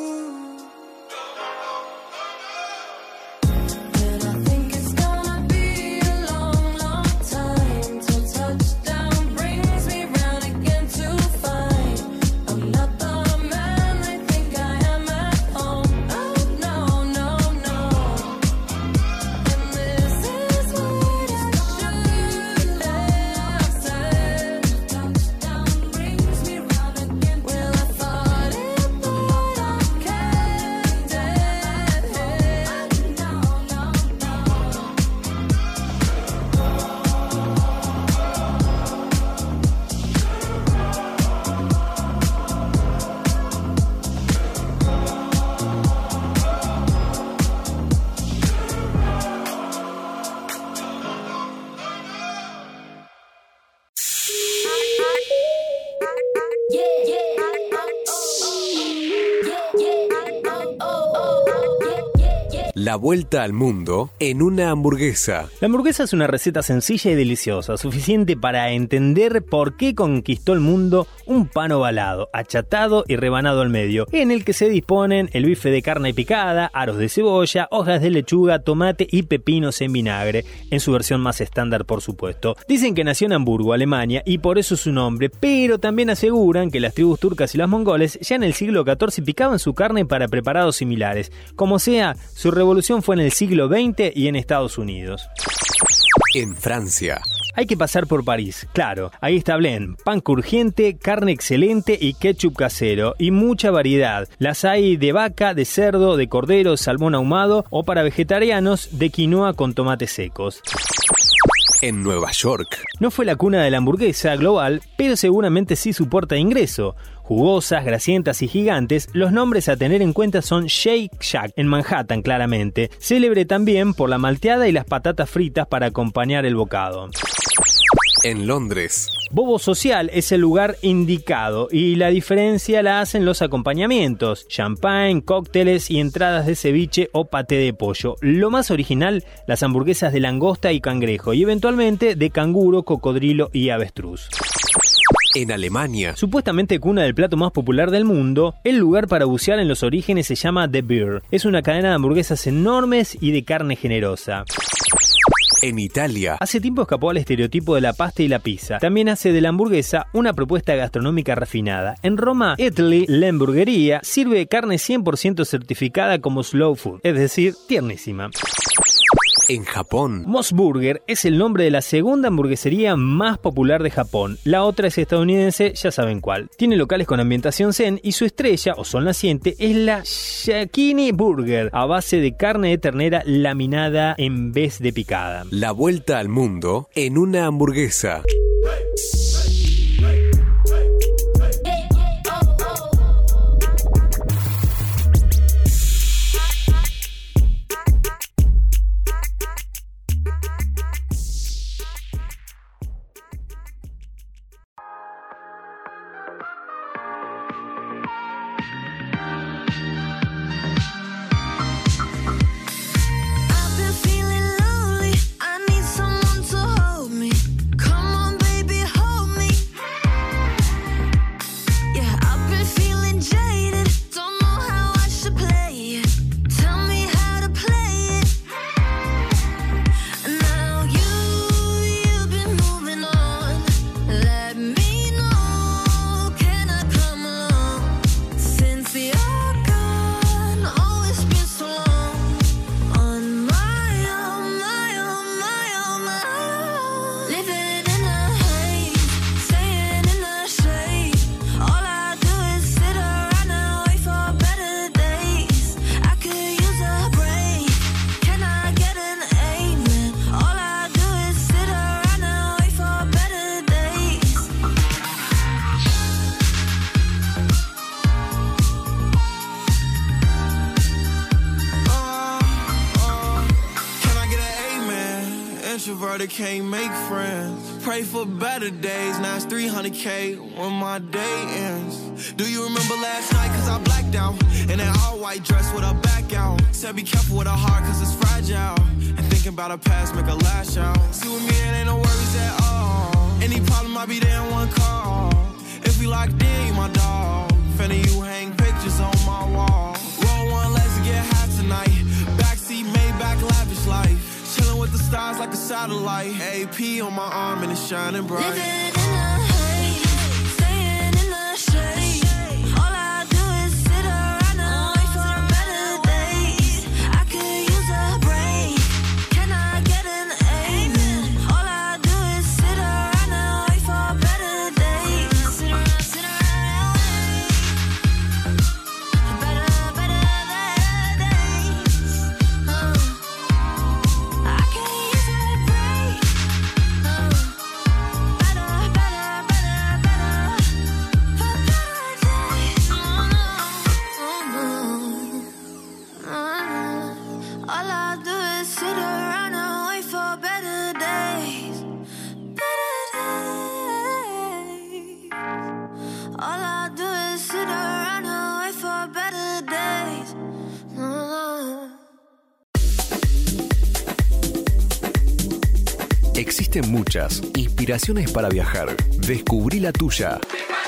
La vuelta al mundo en una hamburguesa. La hamburguesa es una receta sencilla y deliciosa, suficiente para entender por qué conquistó el mundo un pan ovalado, achatado y rebanado al medio, en el que se disponen el bife de carne picada, aros de cebolla, hojas de lechuga, tomate y pepinos en vinagre, en su versión más estándar por supuesto. Dicen que nació en Hamburgo, Alemania, y por eso su nombre, pero también aseguran que las tribus turcas y las mongoles ya en el siglo XIV picaban su carne para preparados similares. Como sea, su revolución fue en el siglo XX y en Estados Unidos. En Francia. Hay que pasar por París, claro. Ahí está Blend, pan crujiente, carne excelente y ketchup casero. Y mucha variedad. Las hay de vaca, de cerdo, de cordero, salmón ahumado o para vegetarianos de quinoa con tomates secos. En Nueva York. No fue la cuna de la hamburguesa global, pero seguramente sí su puerta de ingreso. Jugosas, grasientas y gigantes, los nombres a tener en cuenta son Shake Shack, en Manhattan claramente, célebre también por la malteada y las patatas fritas para acompañar el bocado. En Londres. Bobo Social es el lugar indicado y la diferencia la hacen los acompañamientos, champagne, cócteles y entradas de ceviche o paté de pollo. Lo más original, las hamburguesas de langosta y cangrejo y eventualmente de canguro, cocodrilo y avestruz. En Alemania. Supuestamente cuna del plato más popular del mundo, el lugar para bucear en los orígenes se llama The Beer. Es una cadena de hamburguesas enormes y de carne generosa. En Italia. Hace tiempo escapó al estereotipo de la pasta y la pizza. También hace de la hamburguesa una propuesta gastronómica refinada. En Roma, Italy, la hamburguería sirve carne 100% certificada como slow food, es decir, tiernísima. En Japón. Moss Burger es el nombre de la segunda hamburguesería más popular de Japón. La otra es estadounidense, ya saben cuál. Tiene locales con ambientación zen y su estrella, o sol naciente, es la Yakini Burger, a base de carne de ternera laminada en vez de picada. La vuelta al mundo en una hamburguesa. introverted, can't make friends. Pray for better days, now it's 300K when my day ends. Do you remember last night, cause I blacked out in that all white dress with a back out. Said be careful with her heart, cause it's fragile. And Thinking about our past, make a lash out. See with me, it ain't no worries at all. Any problem, I'll be there in one call. If we locked in, you my dog. Fan of you, hang pictures on my wall. Roll one, let's get high tonight. Backseat, Maybach, lavish life. Chilling with the stars like a satellite. AP on my arm and it's shining bright. Living in the haze, staying in the shade. All I do is sit around and wait for better days. I could use a break. Can I get an amen? All I do is sit around and wait for better days. Sit around and wait. Better days. I can use a break. All I do is sit around and wait for better days. All I do is sit around and wait for better days. Existen muchas inspiraciones para viajar. Descubrí la tuya.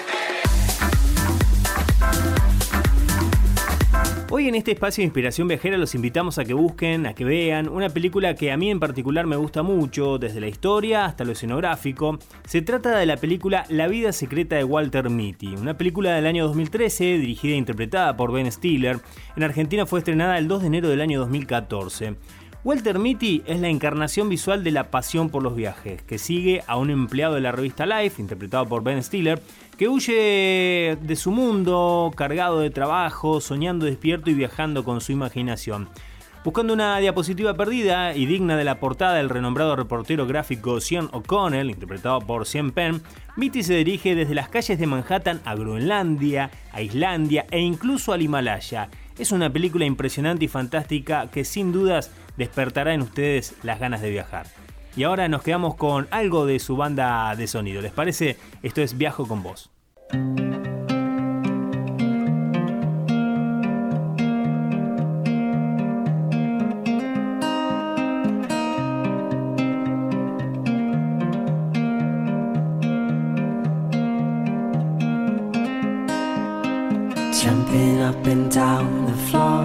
Hoy en este espacio de inspiración viajera los invitamos a que busquen, a que vean una película que a mí en particular me gusta mucho, desde la historia hasta lo escenográfico. Se trata de la película La vida secreta de Walter Mitty, una película del año 2013, dirigida e interpretada por Ben Stiller. En Argentina fue estrenada el 2 de enero del año 2014. Walter Mitty es la encarnación visual de la pasión por los viajes, que sigue a un empleado de la revista Life, interpretado por Ben Stiller, que huye de su mundo, cargado de trabajo, soñando despierto y viajando con su imaginación. Buscando una diapositiva perdida y digna de la portada del renombrado reportero gráfico Sean O'Connell, interpretado por Sean Penn, Mitty se dirige desde las calles de Manhattan a Groenlandia, a Islandia e incluso al Himalaya. Es una película impresionante y fantástica que sin dudas despertará en ustedes las ganas de viajar. Y ahora nos quedamos con algo de su banda de sonido. ¿Les parece? Esto es Viajo con Vos. Jumping up and down the floor.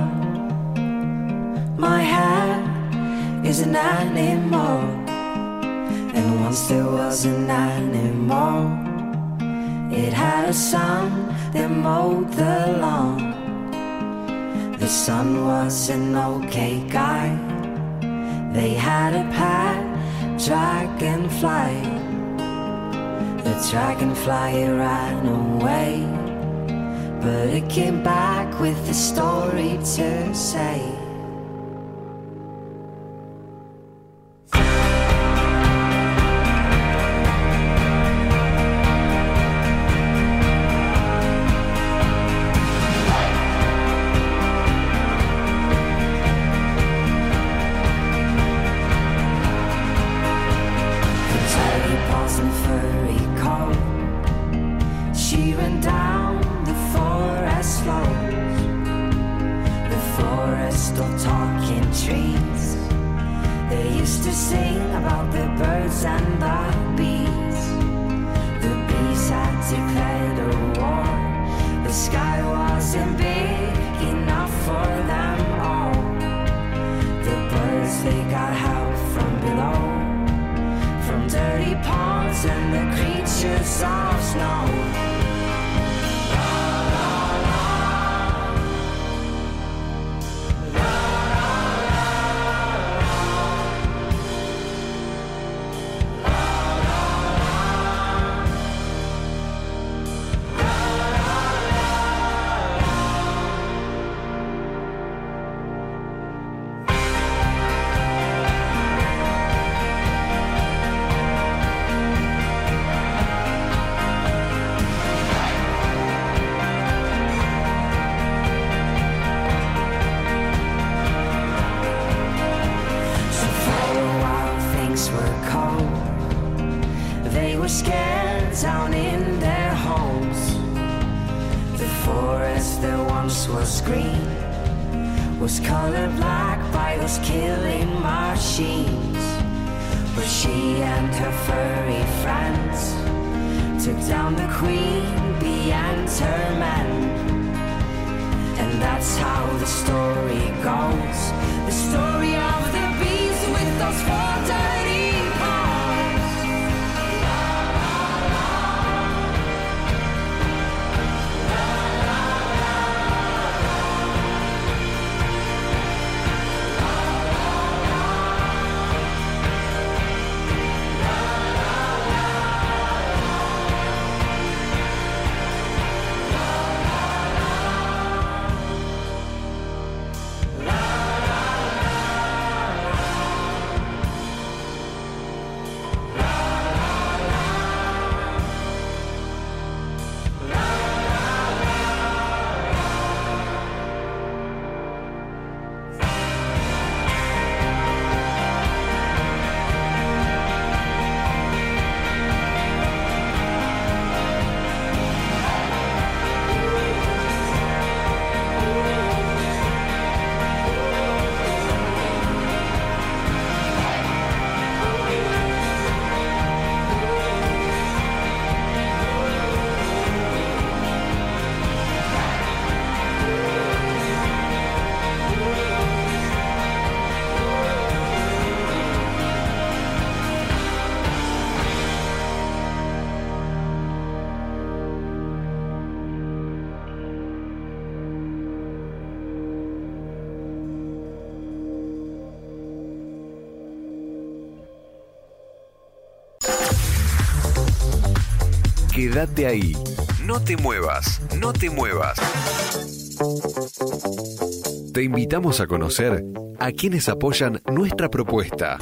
My hair is an animal, and once there was an animal. It had a son that mowed the lawn. The son was an okay guy. They had a pet dragonfly. The dragonfly ran away, but it came back with a story to say. Was colored black by the those killing machines. But she and her furry friends took down the queen and her men. And that's how the story goes. The story of the beast with those 4 dirty paws. Quédate ahí. No te muevas, no te muevas. Te invitamos a conocer a quienes apoyan nuestra propuesta.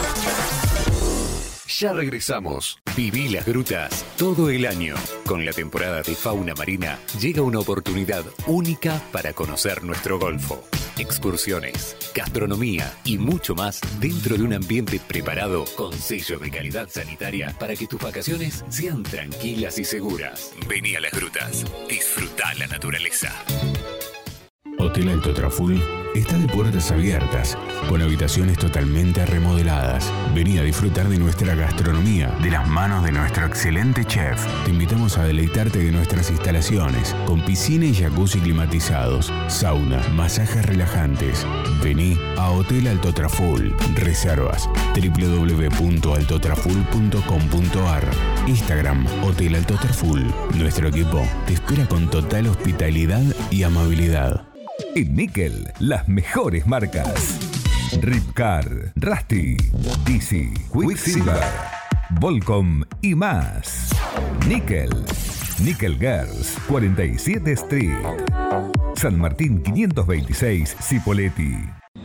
Ya regresamos. Viví las grutas todo el año. Con la temporada de fauna marina llega una oportunidad única para conocer nuestro golfo. Excursiones, gastronomía y mucho más dentro de un ambiente preparado con sello de calidad sanitaria para que tus vacaciones sean tranquilas y seguras. Vení a las grutas, disfrutá la naturaleza. Hotel Alto Traful está de puertas abiertas, con habitaciones totalmente remodeladas. Vení a disfrutar de nuestra gastronomía, de las manos de nuestro excelente chef. Te invitamos a deleitarte de nuestras instalaciones, con piscina y jacuzzi climatizados, sauna, masajes relajantes. Vení a Hotel Alto Traful. Reservas www.altotraful.com.ar. Instagram Hotel Alto Traful. Nuestro equipo te espera con total hospitalidad y amabilidad. En Nickel, las mejores marcas: Ripcar, Rusty, Easy, Quicksilver, Volcom y más. Nickel Girls, 47 Street, San Martín 526, Cipolletti.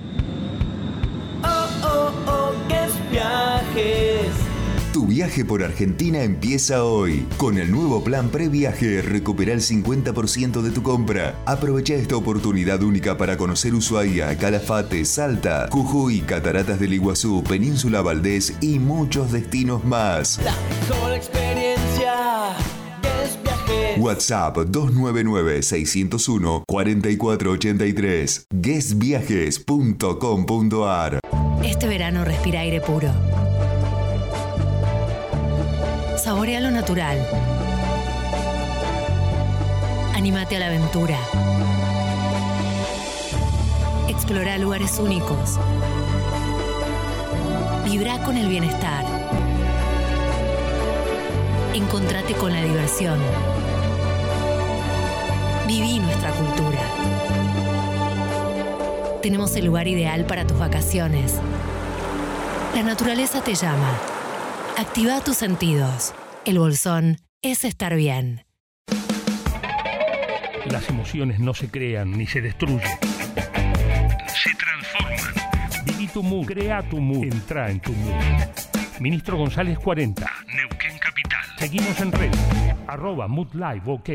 Guest Viajes. Tu viaje por Argentina empieza hoy. Con el nuevo plan previaje, recupera el 50% de tu compra. Aprovecha esta oportunidad única para conocer Ushuaia, Calafate, Salta, Jujuy, Cataratas del Iguazú, Península Valdés y muchos destinos más. La mejor experiencia. Guest Viajes. WhatsApp 299-601-4483. guestviajes.com.ar. Este verano respira aire puro. Saborea lo natural. Anímate a la aventura. Explora lugares únicos. Vibra con el bienestar. Encontrate con la diversión. Viví nuestra cultura. Tenemos el lugar ideal para tus vacaciones. La naturaleza te llama. Activa tus sentidos. El Bolsón es estar bien. Las emociones no se crean ni se destruyen. Se transforman. Viví tu mood, crea tu mood, entra en tu mood. Ministro González 40, Neuquén Capital. Seguimos en red, @moodliveok.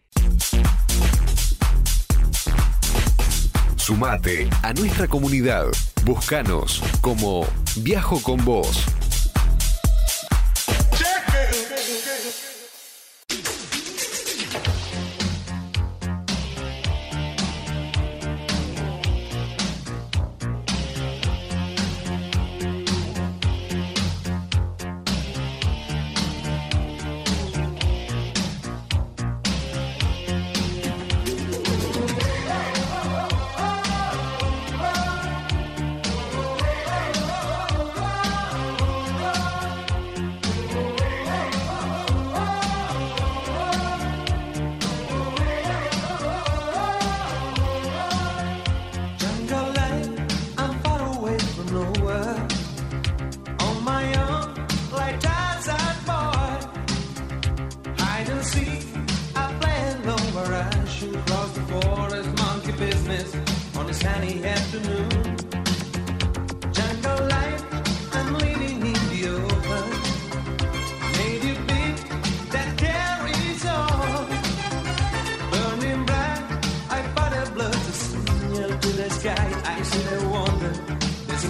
Sumate a nuestra comunidad. Búscanos como Viajo con Vos.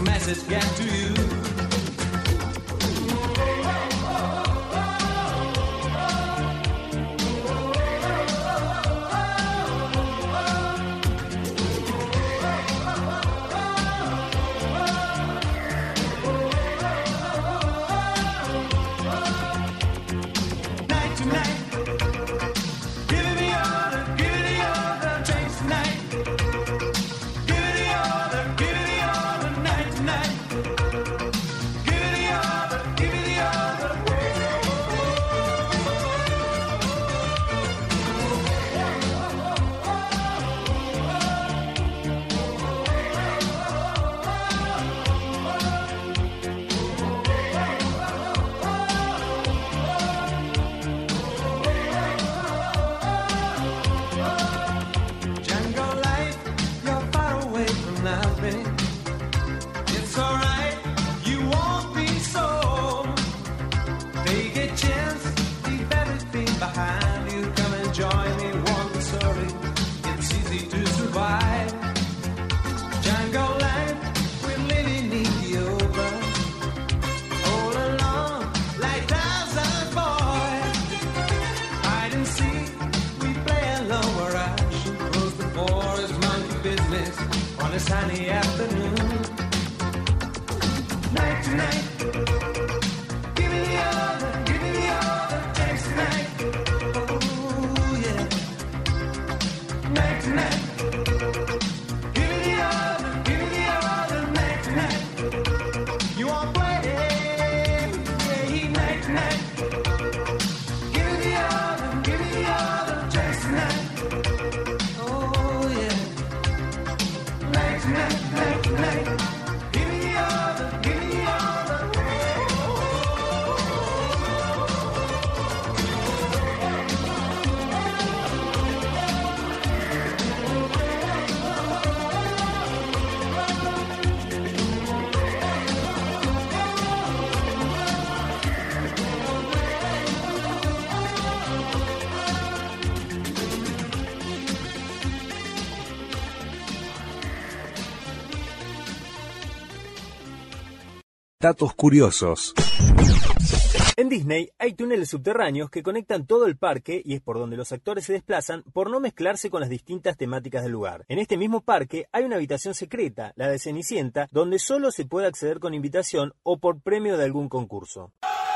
message get to you? Sunny afternoon, night to night. Give me the other, takes the night. Oh yeah, night to night. Give me the other, night to night. You want play, yeah, night to night. Give me the other, takes the night. Oh yeah. Night, night, night. Give me the other, give me the other. Datos curiosos. En Disney hay túneles subterráneos que conectan todo el parque y es por donde los actores se desplazan por no mezclarse con las distintas temáticas del lugar. En este mismo parque hay una habitación secreta, la de Cenicienta, donde solo se puede acceder con invitación o por premio de algún concurso.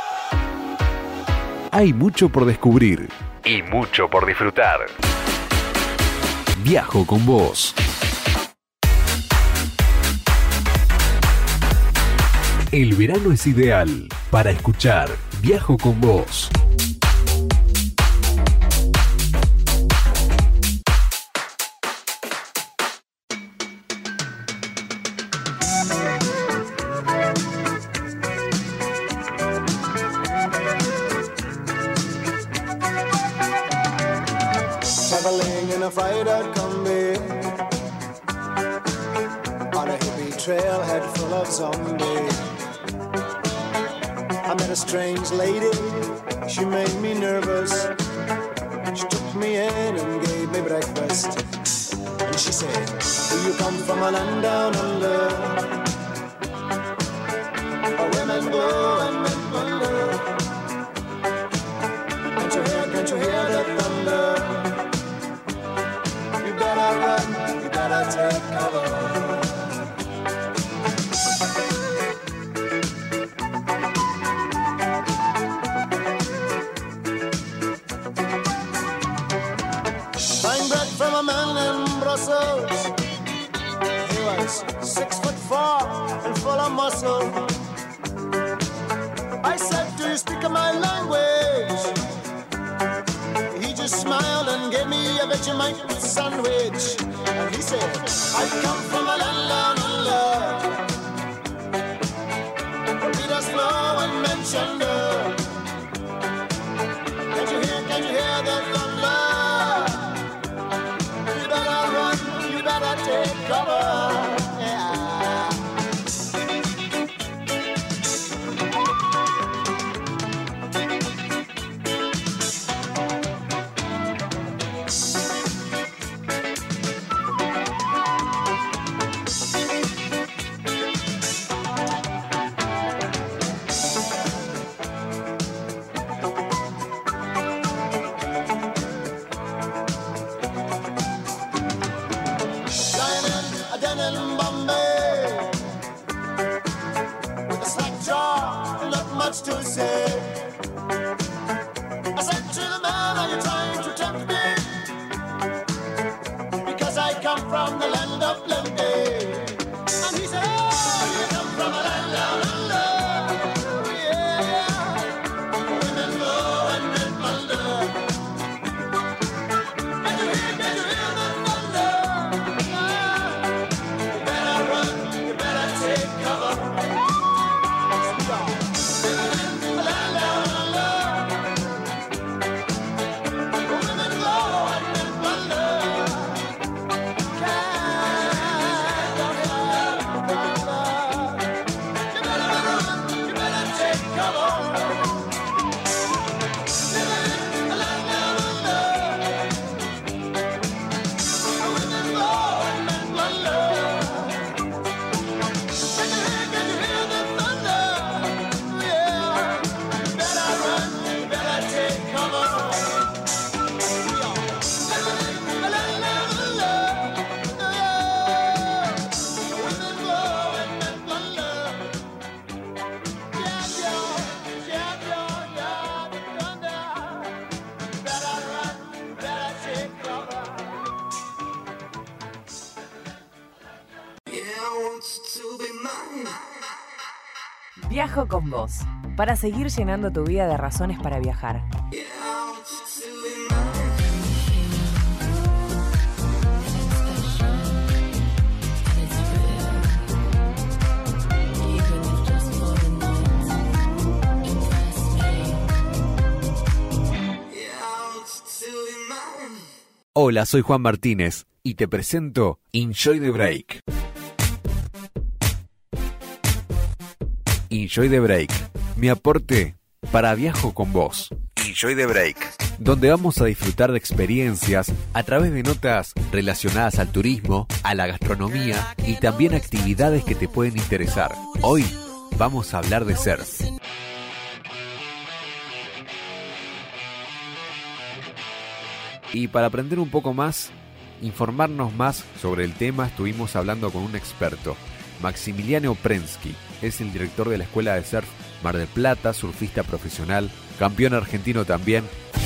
Hay mucho por descubrir y mucho por disfrutar. Viajo con vos. El verano es ideal para escuchar Viajo con vos. Traveling in a freighter combi on a hippie trailhead full of zombies. I met a strange lady, she made me nervous. She took me in and gave me breakfast. And she said, do you come from a land down under? Where women go and men wonder. Can't you hear the thunder? You better run, you better take cover. From a man in Brussels, he was 6'4" and full of muscle. I said, do you speak my language? He just smiled and gave me a Vegemite sandwich. And he said, I come from a land down under, where Peter's flow and mentioned. Can you hear the thunder? Take cover, yeah. much to say. I said to the man, are you trying to tempt me? Because I come from the land of plenty. And he said, oh, you come from a land down under. Yeah, women go and men wonder. Can you hear the thunder? You better run, you better take cover. Viajo con vos, para seguir llenando tu vida de razones para viajar. Hola, soy Juan Martínez y te presento Enjoy the Break. Enjoy the Break, mi aporte para Viajo con vos. Enjoy the Break, donde vamos a disfrutar de experiencias a través de notas relacionadas al turismo, a la gastronomía y también actividades que te pueden interesar. Hoy vamos a hablar de surf. Y para aprender un poco más, informarnos más sobre el tema, estuvimos hablando con un experto, Maximiliano Prensky. Es el director de la Escuela de Surf Mar del Plata, surfista profesional, campeón argentino también.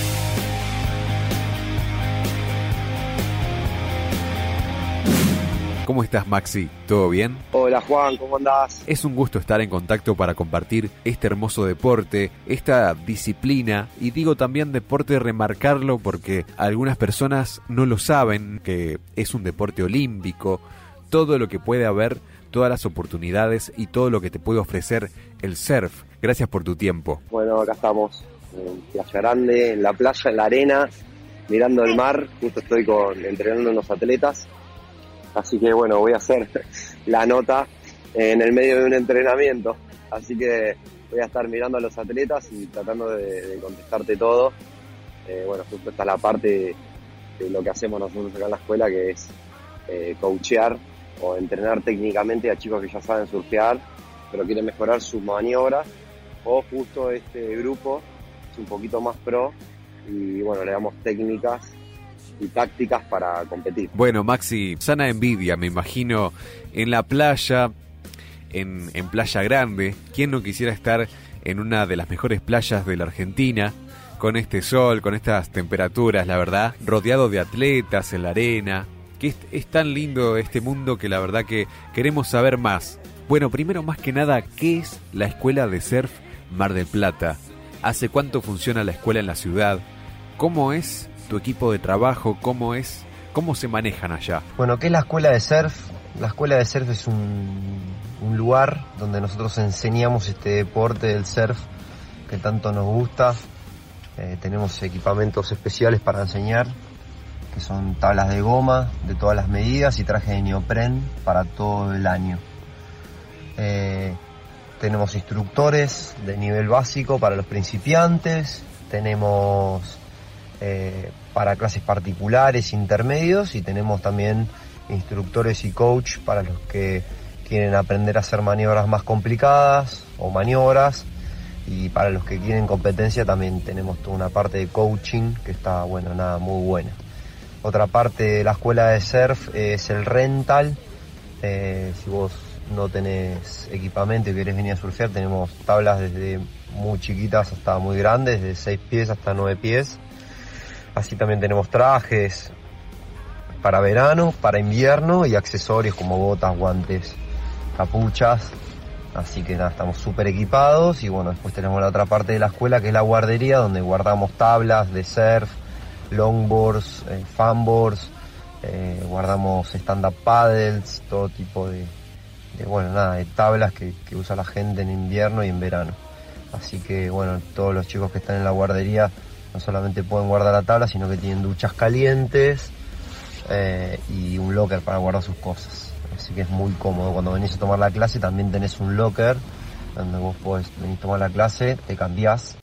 ¿Cómo estás, Maxi? ¿Todo bien? Hola, Juan, ¿cómo andás? Es un gusto estar en contacto para compartir este hermoso deporte, esta disciplina, y digo también deporte, remarcarlo porque algunas personas no lo saben, que es un deporte olímpico, todo lo que puede haber, todas las oportunidades y todo lo que te puede ofrecer el surf. Gracias por tu tiempo. Bueno, acá estamos en Playa Grande, en la playa, en la arena, mirando el mar. Justo estoy entrenando unos atletas. Así que bueno, voy a hacer la nota en el medio de un entrenamiento. Así que voy a estar mirando a los atletas y tratando de contestarte todo. Bueno, justo está la parte de lo que hacemos nosotros acá en la escuela, que es coachear o entrenar técnicamente a chicos que ya saben surfear, pero quieren mejorar sus maniobras. O justo este grupo es un poquito más pro y bueno, le damos técnicas y tácticas para competir. Bueno, Maxi, sana envidia, me imagino, en la playa, en Playa Grande. ¿Quién no quisiera estar en una de las mejores playas de la Argentina, con este sol, con estas temperaturas, la verdad, rodeado de atletas en la arena? Que es tan lindo este mundo que la verdad que queremos saber más. Bueno, primero, más que nada, ¿qué es la Escuela de Surf Mar del Plata? ¿Hace cuánto funciona la escuela en la ciudad? ¿Cómo es tu equipo de trabajo? ¿Cómo se manejan allá? Bueno, ¿qué es la Escuela de Surf? La Escuela de Surf es un lugar donde nosotros enseñamos este deporte del surf que tanto nos gusta. Tenemos equipamientos especiales para enseñar, que son tablas de goma de todas las medidas y traje de neopren para todo el año. Tenemos instructores de nivel básico para los principiantes, tenemos para clases particulares, intermedios, y tenemos también instructores y coach para los que quieren aprender a hacer maniobras más complicadas o maniobras, y para los que quieren competencia también tenemos toda una parte de coaching que está muy buena. Otra parte de la escuela de surf es el rental. Si vos no tenés equipamiento y querés venir a surfear, tenemos tablas desde muy chiquitas hasta muy grandes, de 6 pies hasta 9 pies. Así también tenemos trajes para verano, para invierno y accesorios como botas, guantes, capuchas. Así que nada, estamos súper equipados. Y bueno, después tenemos la otra parte de la escuela, que es la guardería, donde guardamos tablas de surf, longboards, fanboards, guardamos stand-up paddles, todo tipo de tablas que usa la gente en invierno y en verano. Así que bueno, todos los chicos que están en la guardería no solamente pueden guardar la tabla, sino que tienen duchas calientes y un locker para guardar sus cosas. Así que es muy cómodo. Cuando venís a tomar la clase también tenés un locker donde vos podés venir a tomar la clase, te cambiás.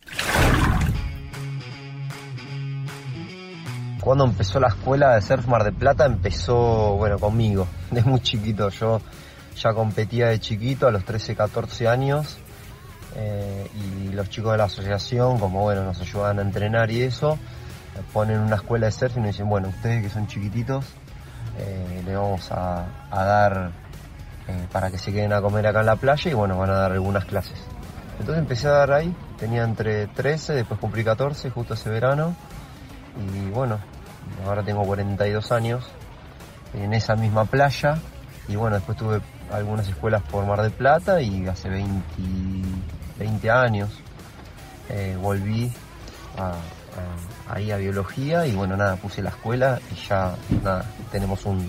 Cuando empezó la escuela de surf Mar del Plata, empezó, conmigo, de muy chiquito. Yo ya competía de chiquito, a los 13, 14 años, y los chicos de la asociación, como nos ayudaban a entrenar y eso, ponen una escuela de surf y nos dicen, ustedes que son chiquititos, le vamos a dar para que se queden a comer acá en la playa y van a dar algunas clases. Entonces empecé a dar ahí, tenía entre 13, después cumplí 14, justo ese verano, y ahora tengo 42 años en esa misma playa, y después tuve algunas escuelas por Mar del Plata, y hace 20 años volví ahí a biología, y puse la escuela, y ya tenemos un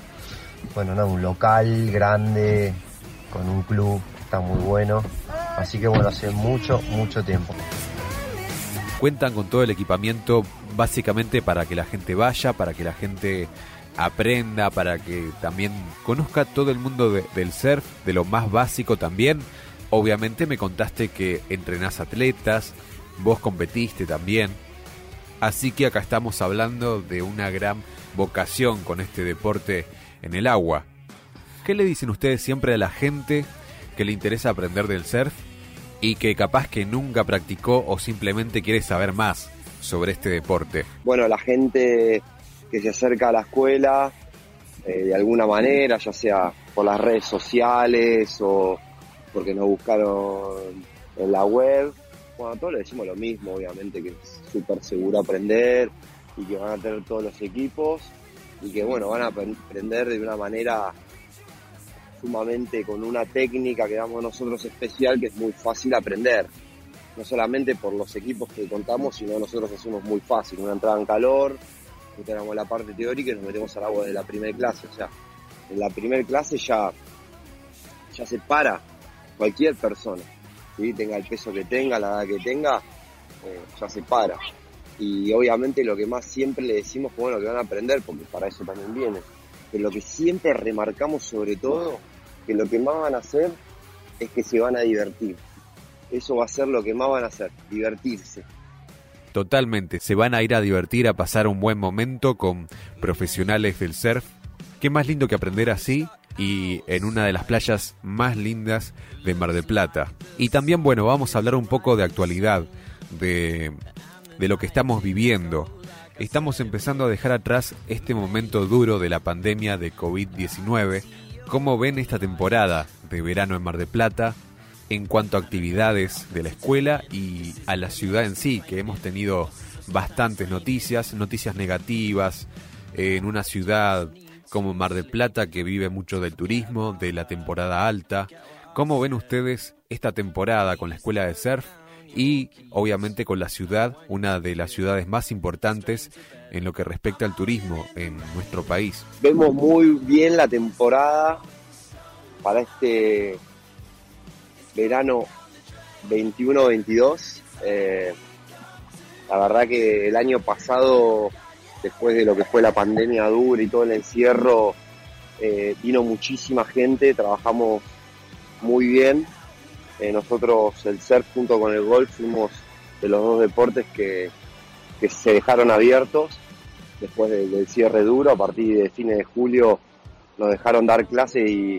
local grande con un club, está muy bueno, así que hace mucho tiempo. Cuentan con todo el equipamiento básicamente para que la gente vaya, para que la gente aprenda, para que también conozca todo el mundo del surf, de lo más básico también. Obviamente me contaste que entrenás atletas, vos competiste también, así que acá estamos hablando de una gran vocación con este deporte en el agua. ¿Qué le dicen ustedes siempre a la gente que le interesa aprender del surf y que capaz que nunca practicó o simplemente quiere saber más sobre este deporte? La gente que se acerca a la escuela de alguna manera, ya sea por las redes sociales o porque nos buscaron en la web, todos le decimos lo mismo, obviamente que es súper seguro aprender y que van a tener todos los equipos y que van a aprender de una manera sumamente con una técnica que damos nosotros especial, que es muy fácil aprender, no solamente por los equipos que contamos, sino nosotros hacemos muy fácil, una entrada en calor, tenemos la parte teórica y nos metemos al agua de la primera clase. O sea, en la primera clase ya se para cualquier persona, ¿sí? Tenga el peso que tenga, la edad que tenga, ya se para. Y obviamente lo que más siempre le decimos que que van a aprender, porque para eso también viene, que lo que siempre remarcamos sobre todo, que lo que más van a hacer es que se van a divertir. Eso va a ser lo que más van a hacer, divertirse. Totalmente, se van a ir a divertir, a pasar un buen momento con profesionales del surf. Qué más lindo que aprender así y en una de las playas más lindas de Mar del Plata. Y también, vamos a hablar un poco de actualidad, de lo que estamos viviendo. Estamos empezando a dejar atrás este momento duro de la pandemia de COVID-19. ¿Cómo ven esta temporada de verano en Mar del Plata en cuanto a actividades de la escuela y a la ciudad en sí, que hemos tenido bastantes noticias negativas en una ciudad como Mar del Plata que vive mucho del turismo, de la temporada alta? ¿Cómo ven ustedes esta temporada con la escuela de surf y obviamente con la ciudad, una de las ciudades más importantes en lo que respecta al turismo en nuestro país? Vemos muy bien la temporada para este verano 21-22. La verdad que el año pasado, después de lo que fue la pandemia dura y todo el encierro, vino muchísima gente, trabajamos muy bien. Nosotros, el surf junto con el golf, fuimos de los dos deportes que se dejaron abiertos después del cierre duro. A partir de fines de julio nos dejaron dar clase y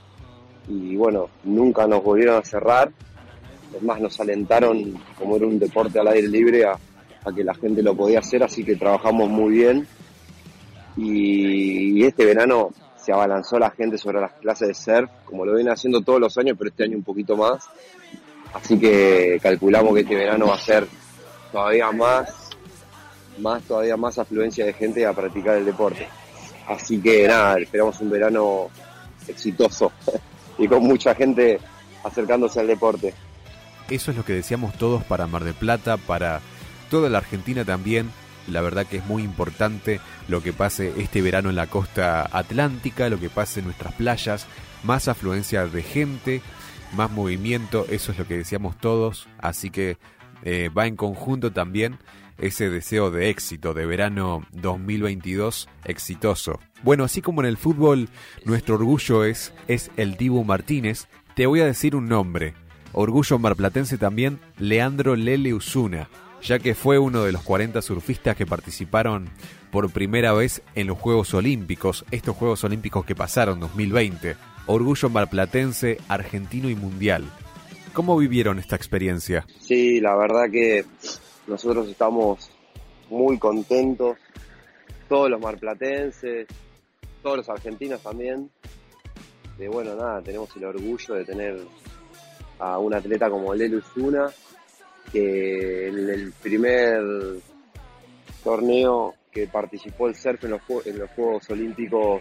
nunca nos volvieron a cerrar. Es más, nos alentaron, como era un deporte al aire libre, a que la gente lo podía hacer, así que trabajamos muy bien. Y este verano se abalanzó la gente sobre las clases de surf, como lo viene haciendo todos los años, pero este año un poquito más. Así que calculamos que este verano va a ser todavía más afluencia de gente a practicar el deporte. Así que nada, esperamos un verano exitoso y con mucha gente acercándose al deporte. Eso es lo que deseamos todos para Mar del Plata, para toda la Argentina también. La verdad que es muy importante lo que pase este verano en la costa atlántica, lo que pase en nuestras playas, más afluencia de gente, más movimiento, eso es lo que deseamos todos, así que va en conjunto también ese deseo de éxito, de verano 2022 exitoso. Bueno, así como en el fútbol nuestro orgullo es el Dibu Martínez, te voy a decir un nombre, orgullo marplatense también, Leandro Lele Osuna, ya que fue uno de los 40 surfistas que participaron por primera vez en los Juegos Olímpicos, estos Juegos Olímpicos que pasaron 2020. Orgullo marplatense, argentino y mundial. ¿Cómo vivieron esta experiencia? Sí, la verdad que nosotros estamos muy contentos, todos los marplatenses, todos los argentinos también. De bueno, nada, tenemos el orgullo de tener a un atleta como Lele Osuna, que en el primer torneo que participó el surf en los Juegos Olímpicos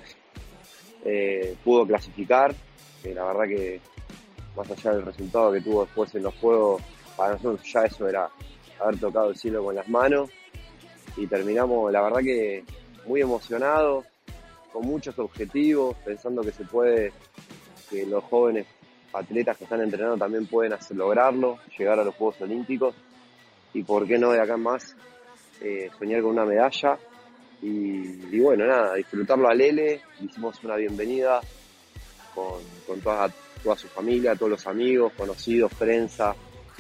pudo clasificar. La verdad que más allá del resultado que tuvo después en los Juegos, para nosotros ya eso era haber tocado el cielo con las manos, y terminamos la verdad que muy emocionados, con muchos objetivos, pensando que se puede, que los jóvenes atletas que están entrenando también pueden lograrlo, llegar a los Juegos Olímpicos, y por qué no de acá en más soñar con una medalla. Y bueno, nada, disfrutarlo a Lele. Hicimos una bienvenida con toda su familia, todos los amigos, conocidos, prensa,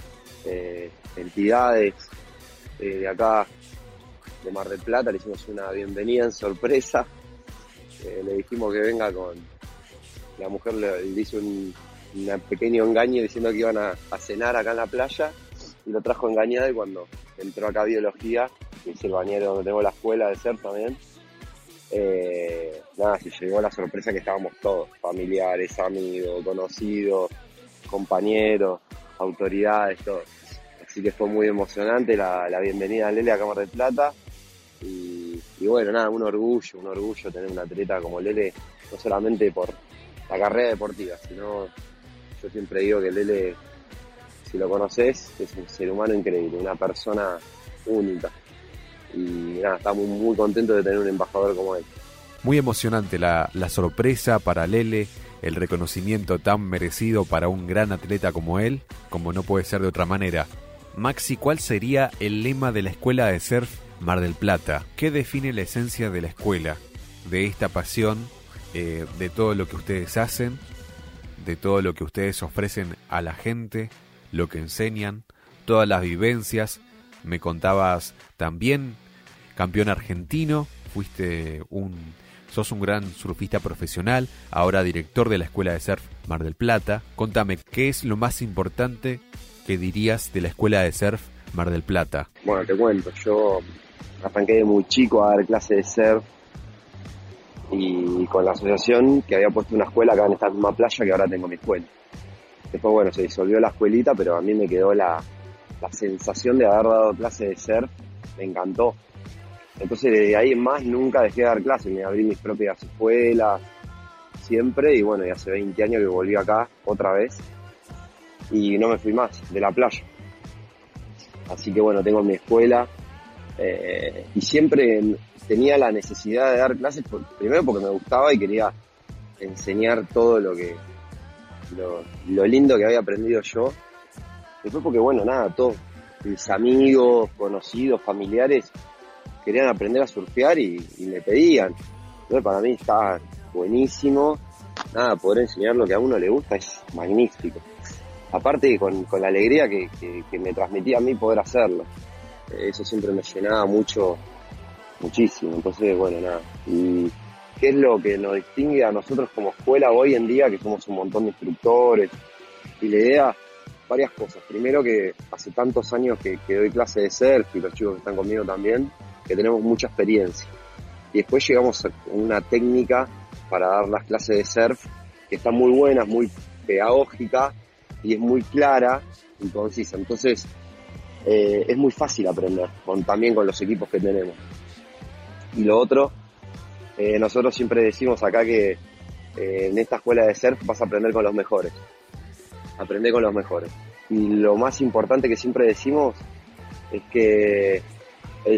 entidades de acá de Mar del Plata. Le hicimos una bienvenida en sorpresa, le dijimos que venga con la mujer, le hizo un pequeño engaño diciendo que iban a cenar acá en la playa, y lo trajo engañado, y cuando entró acá a biología, que es el bañero donde tengo la escuela de surf también, nada, se llegó la sorpresa que estábamos todos, familiares, amigos, conocidos, compañeros, autoridades, todos. Así que fue muy emocionante la bienvenida a Lele acá a Mar del Plata, y bueno, nada, un orgullo tener un atleta como Lele, no solamente por la carrera deportiva, sino yo siempre digo que Lele, si lo conoces, es un ser humano increíble, una persona única. Y nada, estamos muy contentos de tener un embajador como él. Muy emocionante la sorpresa para Lele, el reconocimiento tan merecido para un gran atleta como él, como no puede ser de otra manera. Maxi, ¿cuál sería el lema de la Escuela de Surf Mar del Plata? ¿Qué define la esencia de la escuela? De esta pasión, de todo lo que ustedes hacen, de todo lo que ustedes ofrecen a la gente, lo que enseñan, todas las vivencias. Me contabas también, campeón argentino, sos un gran surfista profesional, ahora director de la Escuela de Surf Mar del Plata. Contame, ¿qué es lo más importante que dirías de la Escuela de Surf Mar del Plata? Bueno, te cuento, yo arranqué de muy chico a dar clases de surf, y con la asociación que había puesto una escuela acá en esta misma playa, que ahora tengo mi escuela. Después, bueno, se disolvió la escuelita, pero a mí me quedó la sensación de haber dado clases de surf, me encantó. Entonces, desde ahí en más nunca dejé de dar clases, me abrí mis propias escuelas, siempre, y bueno, y hace 20 años que volví acá otra vez, y no me fui más de la playa. Así que bueno, tengo mi escuela, y siempre tenía la necesidad de dar clases, primero porque me gustaba y quería enseñar todo lo lindo que había aprendido yo. Después porque bueno, nada, todos mis amigos, conocidos, familiares querían aprender a surfear y me pedían. Entonces para mí estaba buenísimo, nada, poder enseñar lo que a uno le gusta es magnífico. Aparte con la alegría que me transmitía a mí poder hacerlo. Eso siempre me llenaba muchísimo. Entonces, bueno, nada. ¿Y qué es lo que nos distingue a nosotros como escuela hoy en día? Que somos un montón de instructores. Y la idea, varias cosas. Primero, que hace tantos años que doy clase de surf, y los chicos que están conmigo también, que tenemos mucha experiencia. Y después llegamos a una técnica para dar las clases de surf, que están muy buenas, muy pedagógica y es muy clara y concisa. Entonces es muy fácil aprender, también con los equipos que tenemos. Y lo otro, nosotros siempre decimos acá que en esta escuela de surf vas a aprender con los mejores. Aprender con los mejores. Y lo más importante que siempre decimos es que el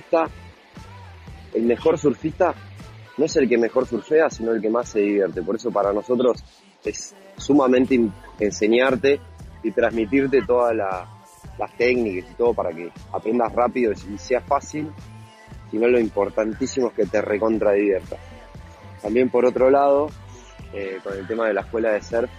mejor surfista no es el que mejor surfea, sino el que más se divierte. Por eso para nosotros es sumamente enseñarte y transmitirte todas las técnicas y todo para que aprendas rápido y sea fácil, sino lo importantísimo es que te recontra diviertas. También por otro lado, con el tema de la escuela de surf,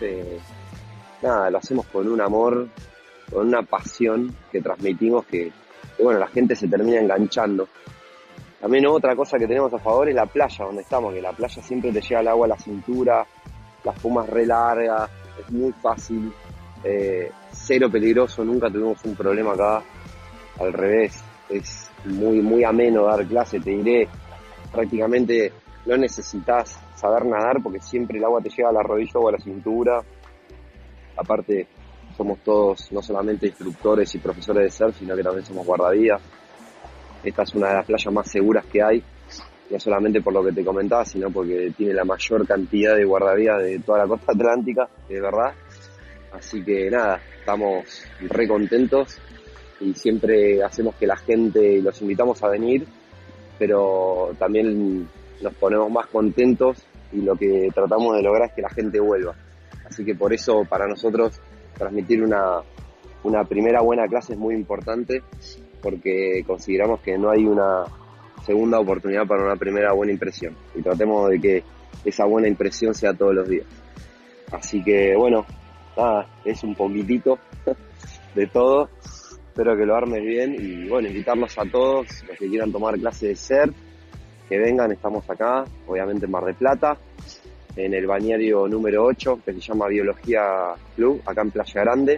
lo hacemos con un amor, con una pasión que transmitimos que bueno, la gente se termina enganchando. También otra cosa que tenemos a favor es la playa donde estamos, que la playa siempre te llega el agua a la cintura, la espuma es re larga, es muy fácil, cero peligroso, nunca tuvimos un problema acá, al revés, es muy, muy ameno dar clase, te diré, prácticamente no necesitas saber nadar porque siempre el agua te llega a la rodilla o a la cintura. Aparte somos todos no solamente instructores y profesores de surf, sino que también somos guardavidas. Esta es una de las playas más seguras que hay, no solamente por lo que te comentaba, sino porque tiene la mayor cantidad de guardavidas de toda la costa atlántica, de verdad. Así que nada, estamos re contentos y siempre hacemos que la gente, los invitamos a venir, pero también nos ponemos más contentos y lo que tratamos de lograr es que la gente vuelva. Así que por eso para nosotros transmitir una primera buena clase es muy importante, porque consideramos que no hay una segunda oportunidad para una primera buena impresión y tratemos de que esa buena impresión sea todos los días. Así que bueno, nada, es un poquitito de todo, espero que lo armes bien y bueno, invitarlos a todos los que quieran tomar clase de surf, que vengan, estamos acá, obviamente en Mar del Plata, en el bañario número 8, que se llama Biología Club, acá en Playa Grande.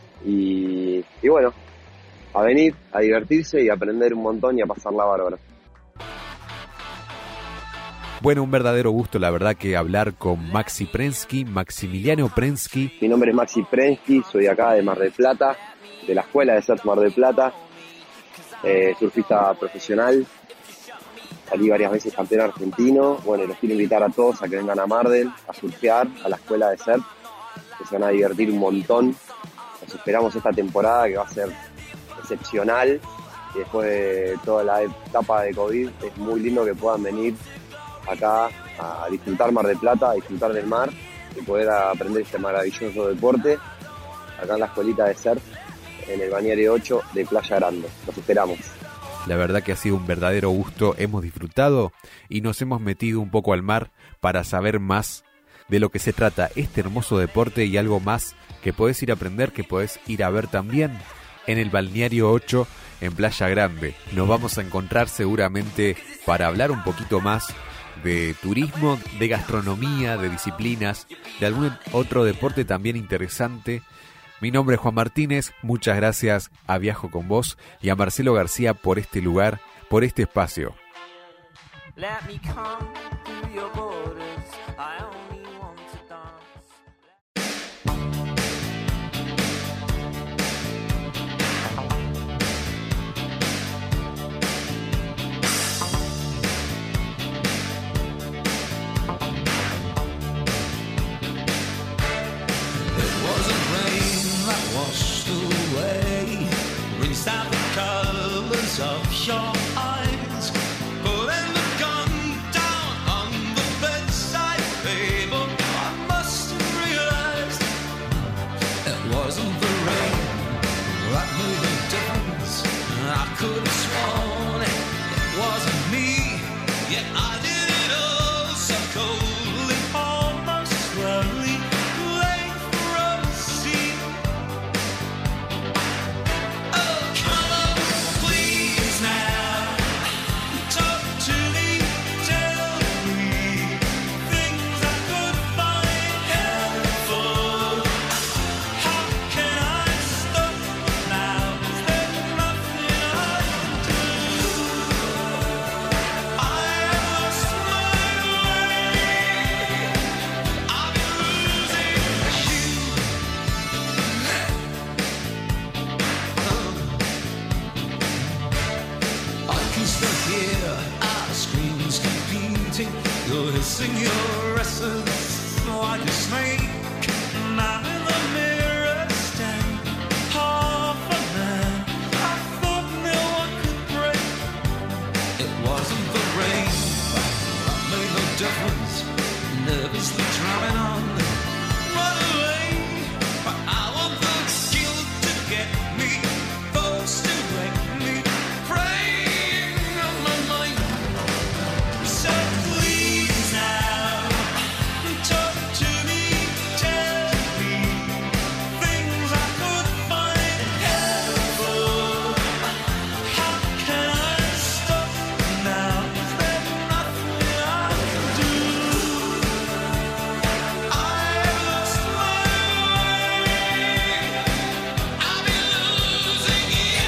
Y bueno, a venir, a divertirse y a aprender un montón y a pasarla bárbara. Bueno, un verdadero gusto, la verdad, que hablar con Maximiliano Prensky. Mi nombre es Maxi Prensky, soy acá de Mar del Plata, de la Escuela de Surf Mar del Plata, surfista profesional. Salí varias veces campeón argentino. Bueno, los quiero invitar a todos a que vengan a Mar del, a surfear, a la escuela de surf, que se van a divertir un montón. Los esperamos esta temporada que va a ser excepcional. Y después de toda la etapa de COVID, es muy lindo que puedan venir acá a disfrutar Mar del Plata, a disfrutar del mar y poder aprender este maravilloso deporte acá en la escuelita de surf, en el bañario 8 de Playa Grande. Los esperamos. La verdad que ha sido un verdadero gusto, hemos disfrutado y nos hemos metido un poco al mar para saber más de lo que se trata este hermoso deporte y algo más que podés ir a aprender, que podés ir a ver también en el balneario 8 en Playa Grande. Nos vamos a encontrar seguramente para hablar un poquito más de turismo, de gastronomía, de disciplinas, de algún otro deporte también interesante. Mi nombre es Juan Martínez, muchas gracias a Viajo con Vos y a Marcelo García por este lugar, por este espacio. Let me come through your borders. I only want to dance. It wasn't rain that washed away, rinsed out the colors of your eyes. Pulling the gun down on the bedside table, I must have realized it wasn't the rain that made a difference. I could have sworn it wasn't me, yet I did it all so coldly, almost slowly, late for a scene. Oh, come on, please now. Talk to me, tell me things I could find helpful. How can I stop now? Is there nothing I can do? missing your essence like a snake. Now in the mirror stand half a man. I thought no one could break. It wasn't the rain that made no difference. Nervously drumming on, run away. But I want the guilt to get me, thoughts to break me, praying on my mind. So please now, talk to me, tell me things I could find helpful. How can I stop now? Is there nothing I can do? I've lost my way. I've been losing you.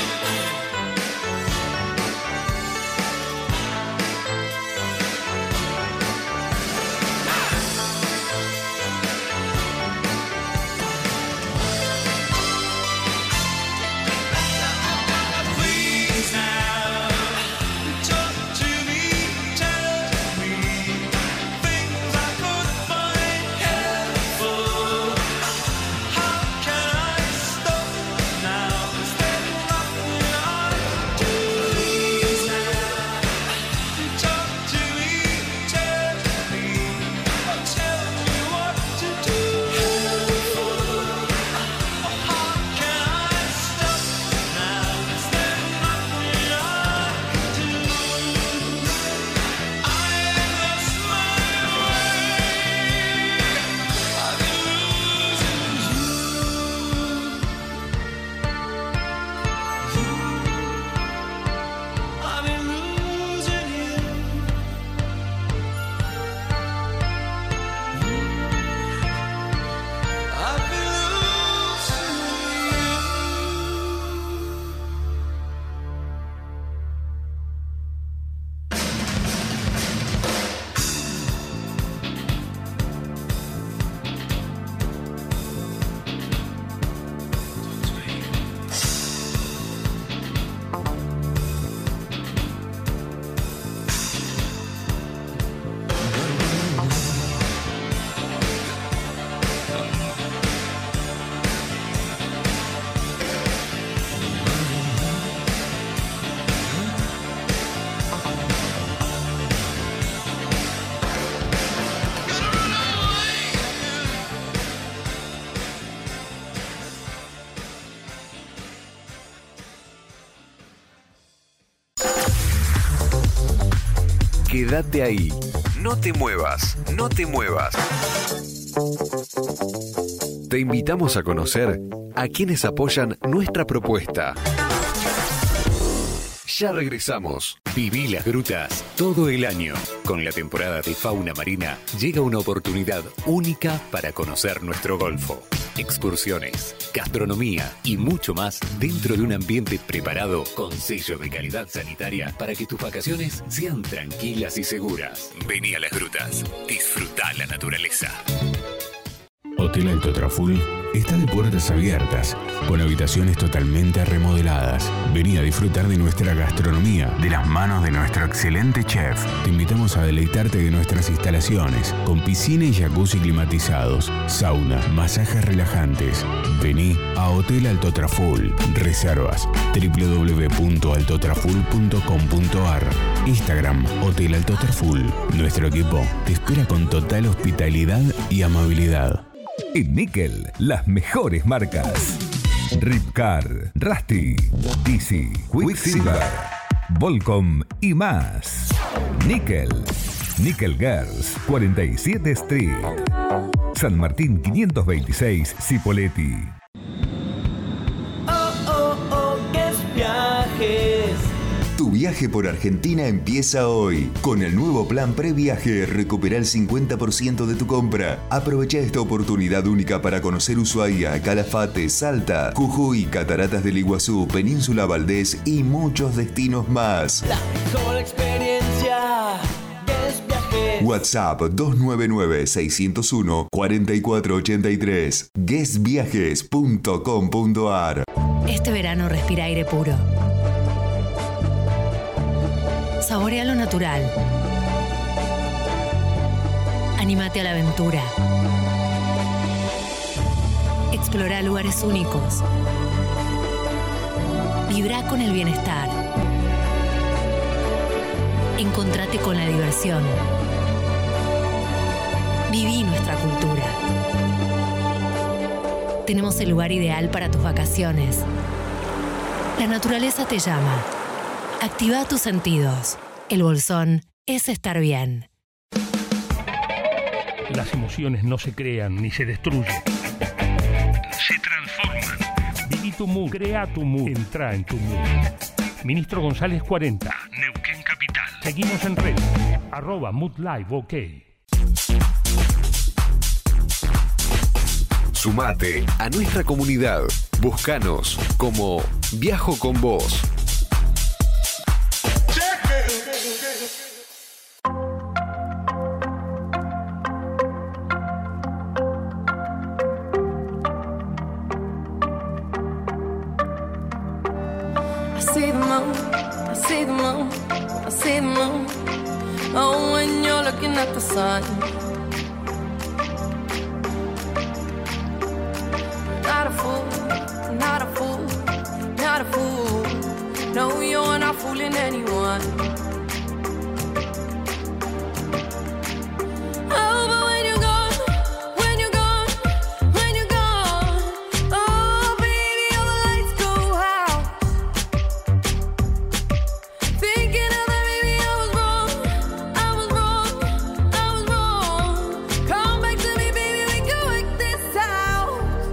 Please now, talk to me, tell me things I could find helpful. How can I stop now? Is there nothing I can do? Please now, talk to me, tell me what to do. How can I stop now? Is there nothing I can do? I've lost my way. I've been losing you. I've been losing you. Quédate ahí. No te muevas, no te muevas. Te invitamos a conocer a quienes apoyan nuestra propuesta. Ya regresamos. Viví las grutas todo el año. Con la temporada de fauna marina llega una oportunidad única para conocer nuestro golfo. Excursiones, gastronomía y mucho más dentro de un ambiente preparado con sello de calidad sanitaria para que tus vacaciones sean tranquilas y seguras. Vení a las grutas, disfrutá la naturaleza. Hotel Alto Traful está de puertas abiertas, con habitaciones totalmente remodeladas. Vení a disfrutar de nuestra gastronomía, de las manos de nuestro excelente chef. Te invitamos a deleitarte de nuestras instalaciones, con piscina y jacuzzi climatizados, sauna, masajes relajantes. Vení a Hotel Alto Traful. Reservas www.altotraful.com.ar. Instagram Hotel Alto Traful. Nuestro equipo te espera con total hospitalidad y amabilidad. En Nickel, las mejores marcas. Ripcar, Rusty, Easy, Quicksilver, Volcom y más. Nickel, Nickel Girls, 47 Street. San Martín 526, Cipolletti. Guest Viajes. Tu viaje por Argentina empieza hoy. Con el nuevo plan previaje, recupera el 50% de tu compra. Aprovecha esta oportunidad única para conocer Ushuaia, Calafate, Salta, Jujuy, Cataratas del Iguazú, Península Valdés y muchos destinos más. La mejor experiencia. Guest Viajes. WhatsApp 299-601-4483. guestviajes.com.ar. Este verano respira aire puro. Saborea lo natural. Anímate a la aventura. Explora lugares únicos. Vibra con el bienestar. Encontrate con la diversión. Viví nuestra cultura. Tenemos el lugar ideal para tus vacaciones. La naturaleza te llama. Activa tus sentidos. El Bolsón es estar bien. Las emociones no se crean ni se destruyen. Se transforman. Viví tu mood, crea tu mood, entra en tu mood. Ministro González 40, Neuquén Capital. Seguimos en redes, @moodlive_ok. Sumate a nuestra comunidad. Búscanos como Viajo con Vos. I see the moon. Oh, when you're looking at the sun. Not a fool, not a fool, not a fool. No, you're not fooling anyone. Oh, but when you're gone, when you're gone, when you're gone. Oh, baby, all the lights go out. Thinking of that, maybe I was wrong. I was wrong, I was wrong. Come back to me, baby, we can work this out.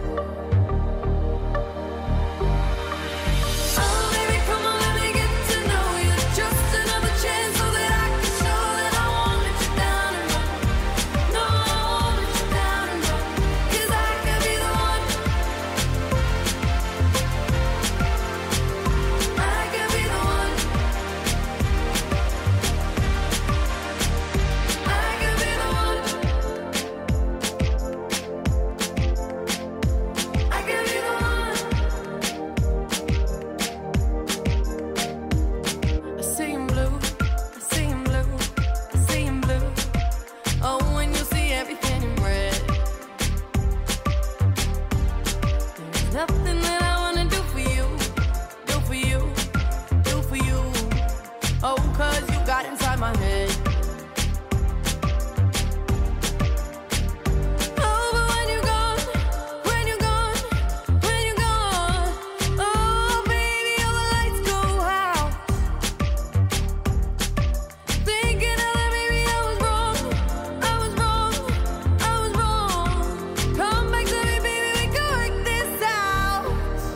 Oh, baby, come on, let me get to know you. Just another chance so that I can show that I won't let you down and run. No, I won't let you down and run. 'Cause I could be the one. I could be the one. I could be the one. I could be the one. I see him blue, I see him blue, I see him blue. Oh, when you see everything in red. There's nothing that I wanna do for you, do for you, do for you. Oh, 'cause you got inside my head. Oh, but when you're gone, when you're gone, when you're gone. Oh, baby, all the lights go out. Thinking of that, maybe I was wrong. I was wrong, I was wrong. Come back to me, baby, we can work this out.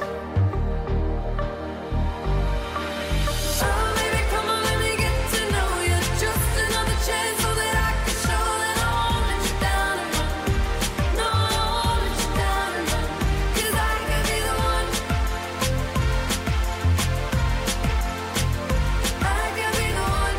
Oh, baby, come on, let me get to know you. Just another chance so that I can show that I won't let you down and run. No, I won't let you down and run. 'Cause I could be the one. I could be the one.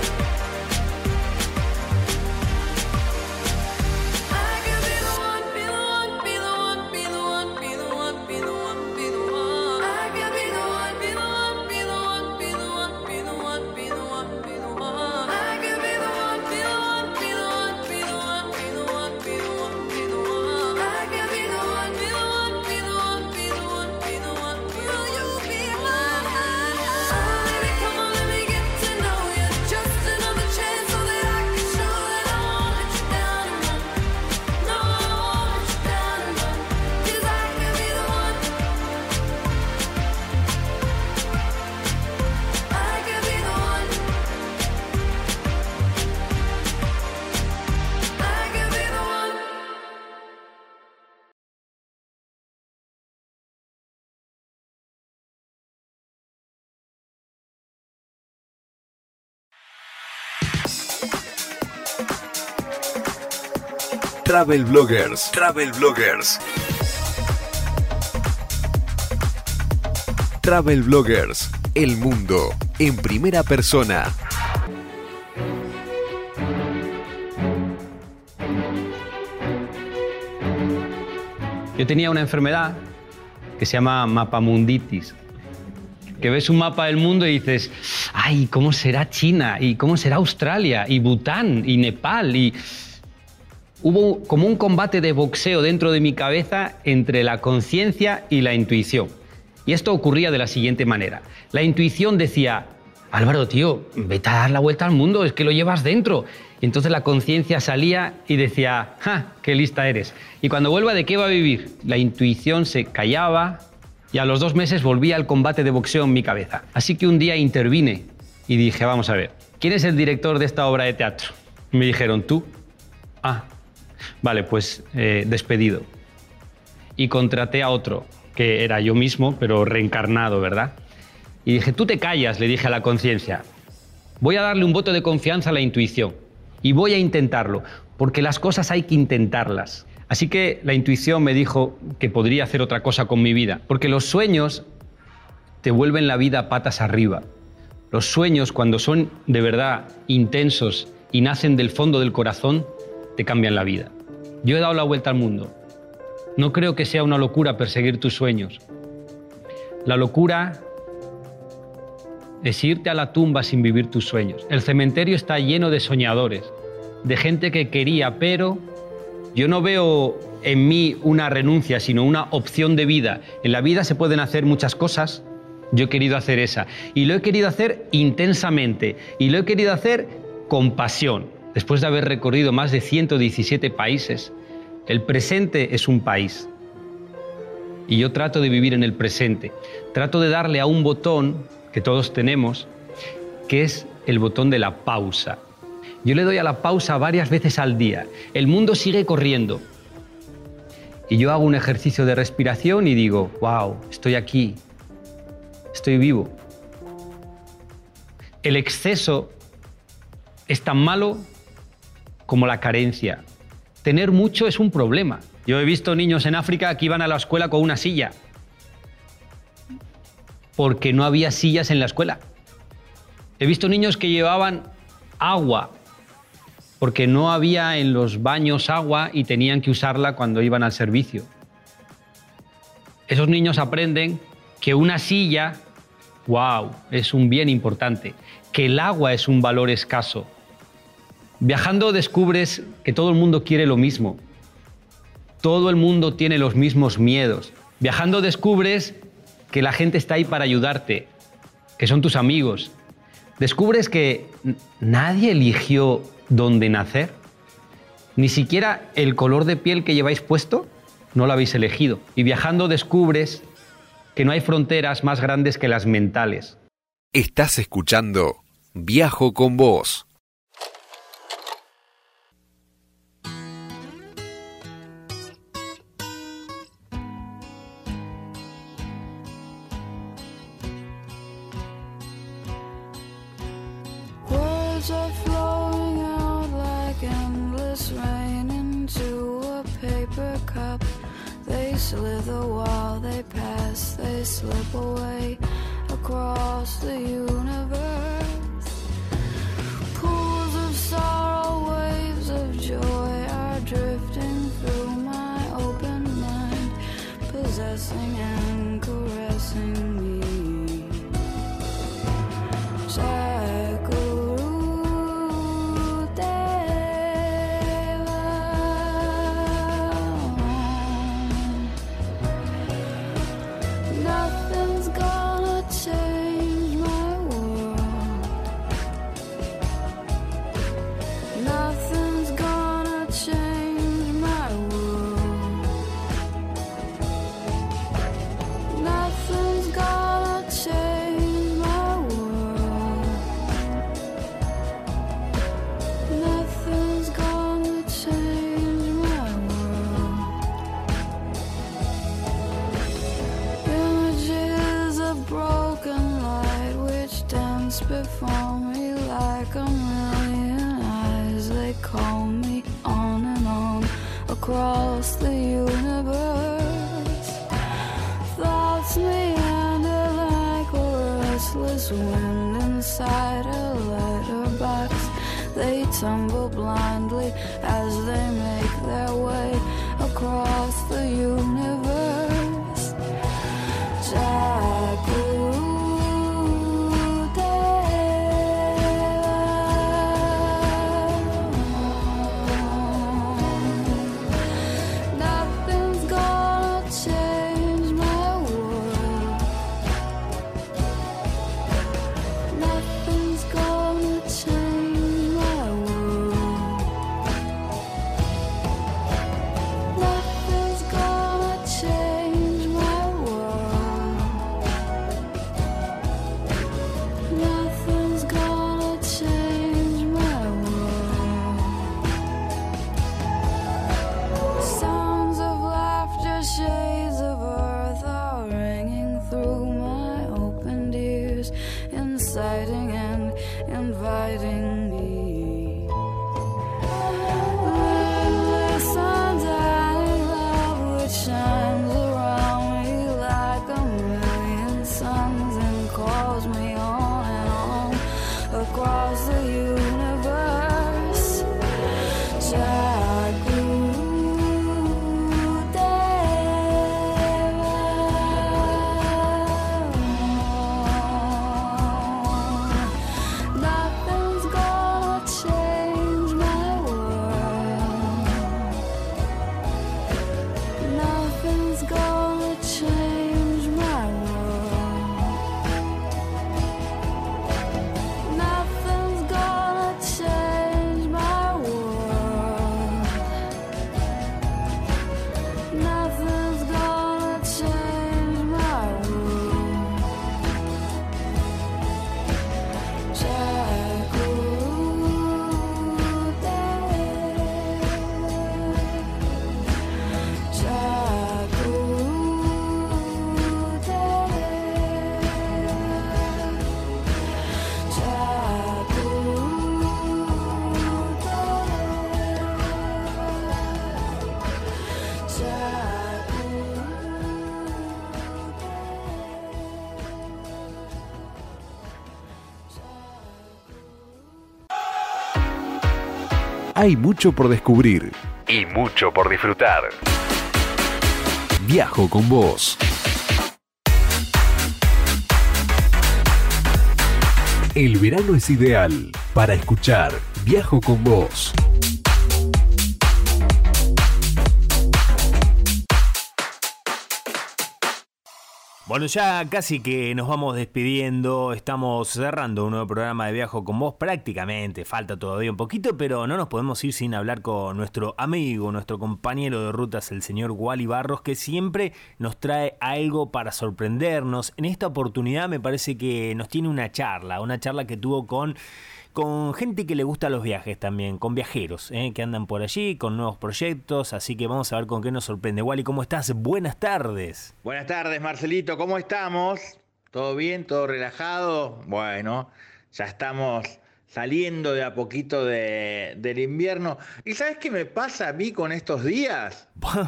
I could be the one, be the one, be the one, be the one, be the one, be the one, be the one. I could be the one, be the one, be the one, be the one, be the one, be the one, be the one. I could be the one, be the one, be the one, be the one, be the one, be the one, be the one. I could be the one, be the one, be the one, be the one, be the one. Will you be mine? Oh, baby, come on, let me get to know you. Just another chance so that I can show that I won't let you down and run. No, I won't let you down and run. 'Cause I could be the one. I could be the one. I could be the one. Travel Bloggers. Travel Bloggers. Travel Bloggers. El mundo en primera persona. Yo tenía una enfermedad que se llama mapamunditis, que ves un mapa del mundo y dices, ay, ¿cómo será China? ¿Y cómo será Australia? ¿Y Bután? ¿Y Nepal? Y Hubo como un combate de boxeo dentro de mi cabeza entre la conciencia y la intuición. Y esto ocurría de la siguiente manera. La intuición decía, Álvaro, tío, vete a dar la vuelta al mundo, es que lo llevas dentro. Y entonces la conciencia salía y decía, ¡ja, qué lista eres! Y cuando vuelva, ¿de qué va a vivir? La intuición se callaba y a los 2 meses volvía al combate de boxeo en mi cabeza. Así que un día intervine y dije, vamos a ver, ¿quién es el director de esta obra de teatro? Me dijeron, ¿tú? Ah, vale, pues despedido. Y contraté a otro, que era yo mismo, pero reencarnado, ¿verdad? Y dije, tú te callas, le dije a la conciencia. Voy a darle un voto de confianza a la intuición. Y voy a intentarlo, porque las cosas hay que intentarlas. Así que la intuición me dijo que podría hacer otra cosa con mi vida, porque los sueños te vuelven la vida patas arriba. Los sueños, cuando son de verdad intensos y nacen del fondo del corazón, te cambian la vida. Yo he dado la vuelta al mundo. No creo que sea una locura perseguir tus sueños. La locura es irte a la tumba sin vivir tus sueños. El cementerio está lleno de soñadores, de gente que quería, pero yo no veo en mí una renuncia, sino una opción de vida. En la vida se pueden hacer muchas cosas. Yo he querido hacer esa. Y lo he querido hacer intensamente. Y lo he querido hacer con pasión. Después de haber recorrido más de 117 países, el presente es un país. Y yo trato de vivir en el presente. Trato de darle a un botón que todos tenemos, que es el botón de la pausa. Yo le doy a la pausa varias veces al día. El mundo sigue corriendo. Y yo hago un ejercicio de respiración y digo, wow, estoy aquí, estoy vivo. El exceso es tan malo como la carencia. Tener mucho es un problema. Yo he visto niños en África que iban a la escuela con una silla, porque no había sillas en la escuela. He visto niños que llevaban agua, porque no había en los baños agua y tenían que usarla cuando iban al servicio. Esos niños aprenden que una silla, wow, es un bien importante, que el agua es un valor escaso. Viajando descubres que todo el mundo quiere lo mismo. Todo el mundo tiene los mismos miedos. Viajando descubres que la gente está ahí para ayudarte, que son tus amigos. Descubres que nadie eligió dónde nacer. Ni siquiera el color de piel que lleváis puesto no lo habéis elegido. Y viajando descubres que no hay fronteras más grandes que las mentales. Estás escuchando Viajo con Vos. Words are flowing out like endless rain into a paper cup. They slither while they pass, they slip away across the universe. Pools of sorrow, waves of joy are drifting through my open mind, possessing and caressing me. Nothing's gonna change my world. Nothing's gonna change my world. Nothing's gonna change my world. Nothing's gonna change my world. Images of broken light which dance before me like a million eyes. They call me on and on across the universe. Thoughts meander like a restless wind inside a letterbox. They tumble blindly as they make their way across the universe. Jagurudeva. Hay mucho por descubrir y mucho por disfrutar. Viajo con vos. El verano es ideal para escuchar Viajo con vos. Bueno, ya casi que nos vamos despidiendo, estamos cerrando un nuevo programa de Viajo con vos, prácticamente, falta todavía un poquito, pero no nos podemos ir sin hablar con nuestro amigo, nuestro compañero de rutas, el señor Wally Barros, que siempre nos trae algo para sorprendernos. En esta oportunidad me parece que nos tiene una charla que tuvo con gente que le gusta los viajes también, con viajeros que andan por allí, con nuevos proyectos, así que vamos a ver con qué nos sorprende. Wally, ¿cómo estás? Buenas tardes. Buenas tardes, Marcelito, ¿cómo estamos? ¿Todo bien? ¿Todo relajado? Bueno, ya estamos saliendo de a poquito del invierno. ¿Y sabes qué me pasa a mí con estos días?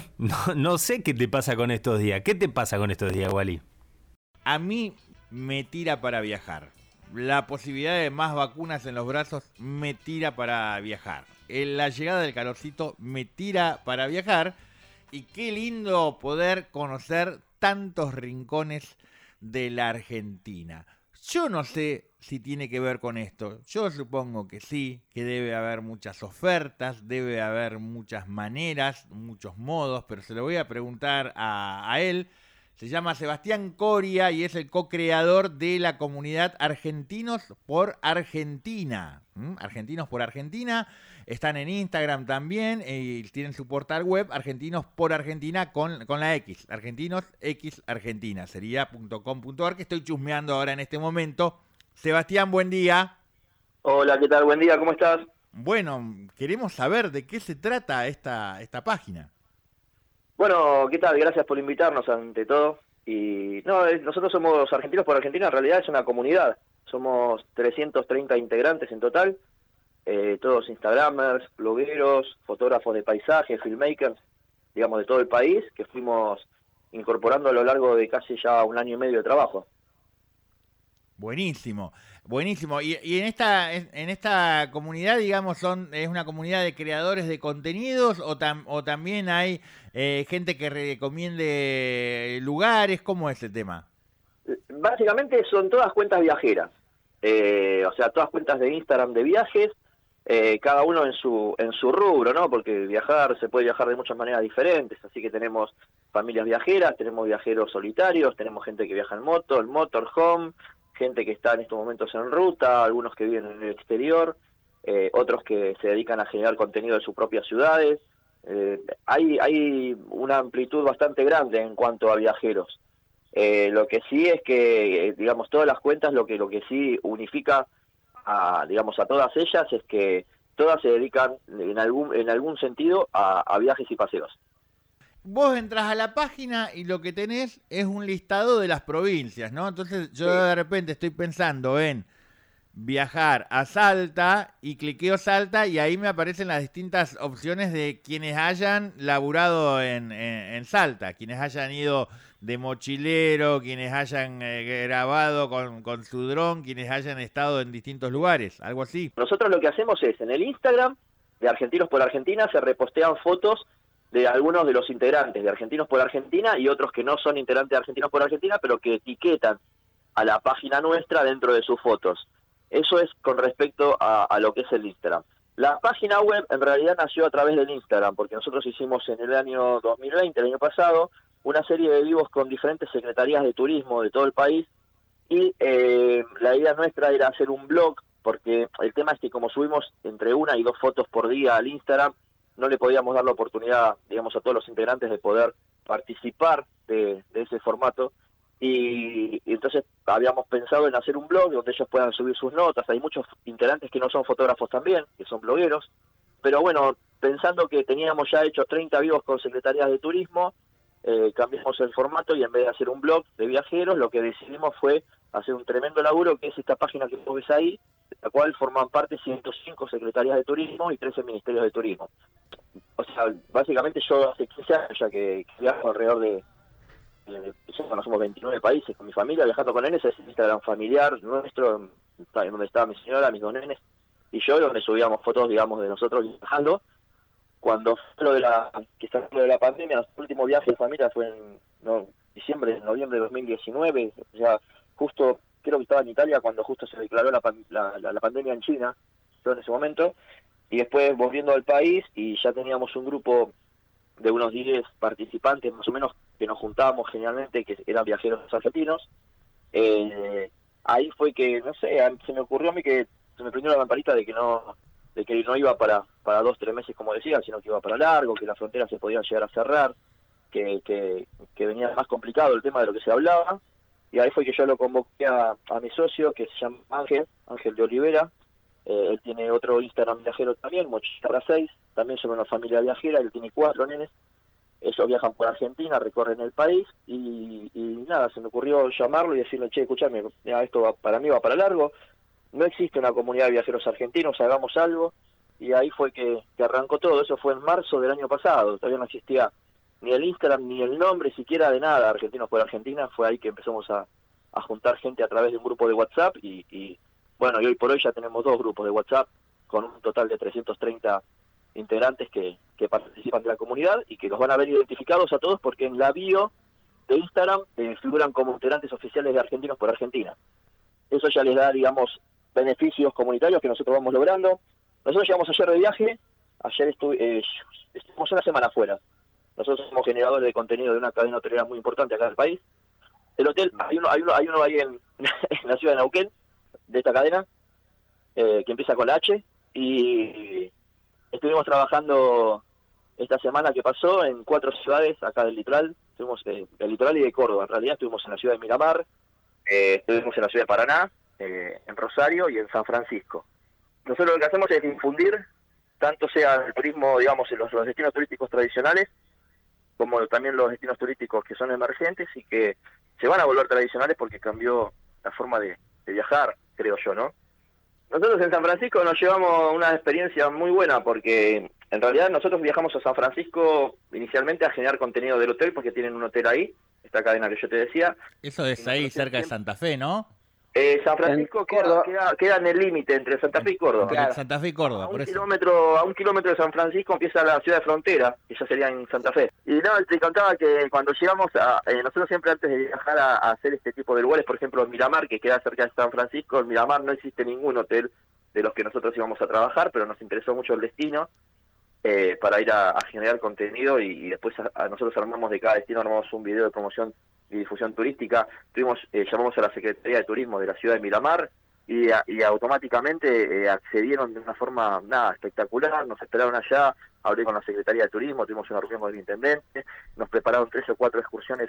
No sé qué te pasa con estos días. ¿Qué te pasa con estos días, Wally? A mí me tira para viajar. La posibilidad de más vacunas en los brazos me tira para viajar. La llegada del calorcito me tira para viajar. Y qué lindo poder conocer tantos rincones de la Argentina. Yo no sé si tiene que ver con esto. Yo supongo que sí, que debe haber muchas ofertas, debe haber muchas maneras, muchos modos, pero se lo voy a preguntar a él. Se llama Sebastián Coria y es el co-creador de la comunidad Argentinos por Argentina. Argentinos por Argentina. Están en Instagram también y tienen su portal web Argentinos por Argentina con la X. Argentinos X Argentina. Sería .com.ar, que estoy chusmeando ahora en este momento. Sebastián, buen día. Hola, ¿qué tal? Buen día, ¿cómo estás? Bueno, queremos saber de qué se trata esta página. Bueno, ¿qué tal? Gracias por invitarnos ante todo. Y nosotros somos Argentinos por Argentina, en realidad es una comunidad. Somos 330 integrantes en total, todos instagramers, blogueros, fotógrafos de paisaje, filmmakers, digamos de todo el país, que fuimos incorporando a lo largo de casi ya 1 año y medio de trabajo. Buenísimo, buenísimo. Y en esta comunidad, digamos, es una comunidad de creadores de contenidos o también hay gente que recomiende lugares. ¿Cómo es el tema? Básicamente son todas cuentas viajeras, o sea, todas cuentas de Instagram de viajes, cada uno en su rubro, ¿no? Porque se puede viajar de muchas maneras diferentes, así que tenemos familias viajeras, tenemos viajeros solitarios, tenemos gente que viaja en moto, en motorhome, gente que está en estos momentos en ruta, algunos que viven en el exterior, otros que se dedican a generar contenido de sus propias ciudades. Hay una amplitud bastante grande en cuanto a viajeros. Lo que sí es que, digamos, todas las cuentas, lo que sí unifica a todas ellas es que todas se dedican en algún sentido a viajes y paseos. Vos entras a la página y lo que tenés es un listado de las provincias, ¿no? Entonces yo de repente estoy pensando en viajar a Salta y cliqueo Salta y ahí me aparecen las distintas opciones de quienes hayan laburado en Salta, quienes hayan ido de mochilero, quienes hayan grabado con su dron, quienes hayan estado en distintos lugares, algo así. Nosotros lo que hacemos es, en el Instagram de Argentinos por Argentina se repostean fotos de algunos de los integrantes de Argentinos por Argentina y otros que no son integrantes de Argentinos por Argentina, pero que etiquetan a la página nuestra dentro de sus fotos. Eso es con respecto a lo que es el Instagram. La página web en realidad nació a través del Instagram, porque nosotros hicimos en el año 2020, el año pasado, una serie de vivos con diferentes secretarías de turismo de todo el país, y la idea nuestra era hacer un blog, porque el tema es que como subimos entre 1 y 2 fotos por día al Instagram, no le podíamos dar la oportunidad, digamos, a todos los integrantes de poder participar de ese formato, y entonces habíamos pensado en hacer un blog donde ellos puedan subir sus notas. Hay muchos integrantes que no son fotógrafos también, que son blogueros, pero bueno, pensando que teníamos ya hecho 30 vivos con secretarías de turismo, cambiamos el formato y en vez de hacer un blog de viajeros, lo que decidimos fue hacer un tremendo laburo, que es esta página que vos ves ahí, de la cual forman parte 105 secretarías de turismo y 13 ministerios de turismo. O sea, básicamente yo hace 15 años ya que viajo alrededor de ya conocemos 29 países con mi familia, viajando con nenes, es el Instagram familiar nuestro, donde está mi señora, mis 2 nenes, y yo, donde subíamos fotos, digamos, de nosotros viajando. Cuando fue lo de la pandemia, nuestro último viaje de familia fue en noviembre de 2019, o sea, justo, creo que estaba en Italia cuando justo se declaró la pandemia en China, todo en ese momento, y después volviendo al país, y ya teníamos un grupo de unos 10 participantes más o menos, que nos juntábamos generalmente, que eran viajeros argentinos. Ahí fue que, no sé, se me ocurrió a mí que se me prendió la lamparita de que no iba para 2-3 meses, como decía, sino que iba para largo, que las fronteras se podían llegar a cerrar, que venía más complicado el tema de lo que se hablaba, y ahí fue que yo lo convoqué a mi socio, que se llama Ángel de Olivera. Él tiene otro Instagram viajero también, Mochila para 6, también son una familia viajera, él tiene 4 nenes. Ellos viajan por Argentina, recorren el país, y nada, se me ocurrió llamarlo y decirle, che, escuchame, mira, esto para mí va para largo, no existe una comunidad de viajeros argentinos, hagamos algo, y ahí fue que arrancó todo. Eso fue en marzo del año pasado, todavía no existía ni el Instagram, ni el nombre siquiera de nada, Argentinos por Argentina. Fue ahí que empezamos a juntar gente a través de un grupo de WhatsApp, y bueno, y hoy por hoy ya tenemos 2 grupos de WhatsApp, con un total de 330 integrantes que participan de la comunidad, y que los van a ver identificados a todos, porque en la bio de Instagram figuran como integrantes oficiales de Argentinos por Argentina. Eso ya les da, digamos, beneficios comunitarios que nosotros vamos logrando. Nosotros llegamos ayer de viaje, estuvimos una semana afuera. Nosotros somos generadores de contenido de una cadena hotelera muy importante acá en el país. El hotel, hay uno ahí en la ciudad de Neuquén, de esta cadena, que empieza con la H, y estuvimos trabajando esta semana que pasó en 4 ciudades acá del litoral. Estuvimos del litoral y de Córdoba. En realidad estuvimos en la ciudad de Miramar, estuvimos en la ciudad de Paraná, en Rosario y en San Francisco. Nosotros lo que hacemos es difundir, tanto sea el turismo, digamos, en los destinos turísticos tradicionales, como también los destinos turísticos que son emergentes y que se van a volver tradicionales porque cambió la forma de viajar, creo yo, ¿no? Nosotros en San Francisco nos llevamos una experiencia muy buena, porque en realidad nosotros viajamos a San Francisco inicialmente a generar contenido del hotel, porque tienen un hotel ahí, esta cadena que yo te decía. Eso es ahí cerca de Santa Fe, ¿no? San Francisco queda en el límite entre Santa Fe y Córdoba. Claro. Santa Fe y Córdoba, a un kilómetro de San Francisco empieza la ciudad de frontera, que ya sería en Santa Fe. Y no, te contaba que cuando llegamos nosotros siempre antes de viajar a hacer este tipo de lugares, por ejemplo en Miramar, que queda cerca de San Francisco, en Miramar no existe ningún hotel de los que nosotros íbamos a trabajar, pero nos interesó mucho el destino para ir a generar contenido, y después nosotros armamos de cada destino, armamos un video de promoción y difusión turística. Llamamos a la Secretaría de Turismo de la ciudad de Miramar, y automáticamente accedieron de una forma espectacular. Nos esperaron allá, hablé con la Secretaría de Turismo, tuvimos una reunión con el intendente, nos prepararon 3 o 4 excursiones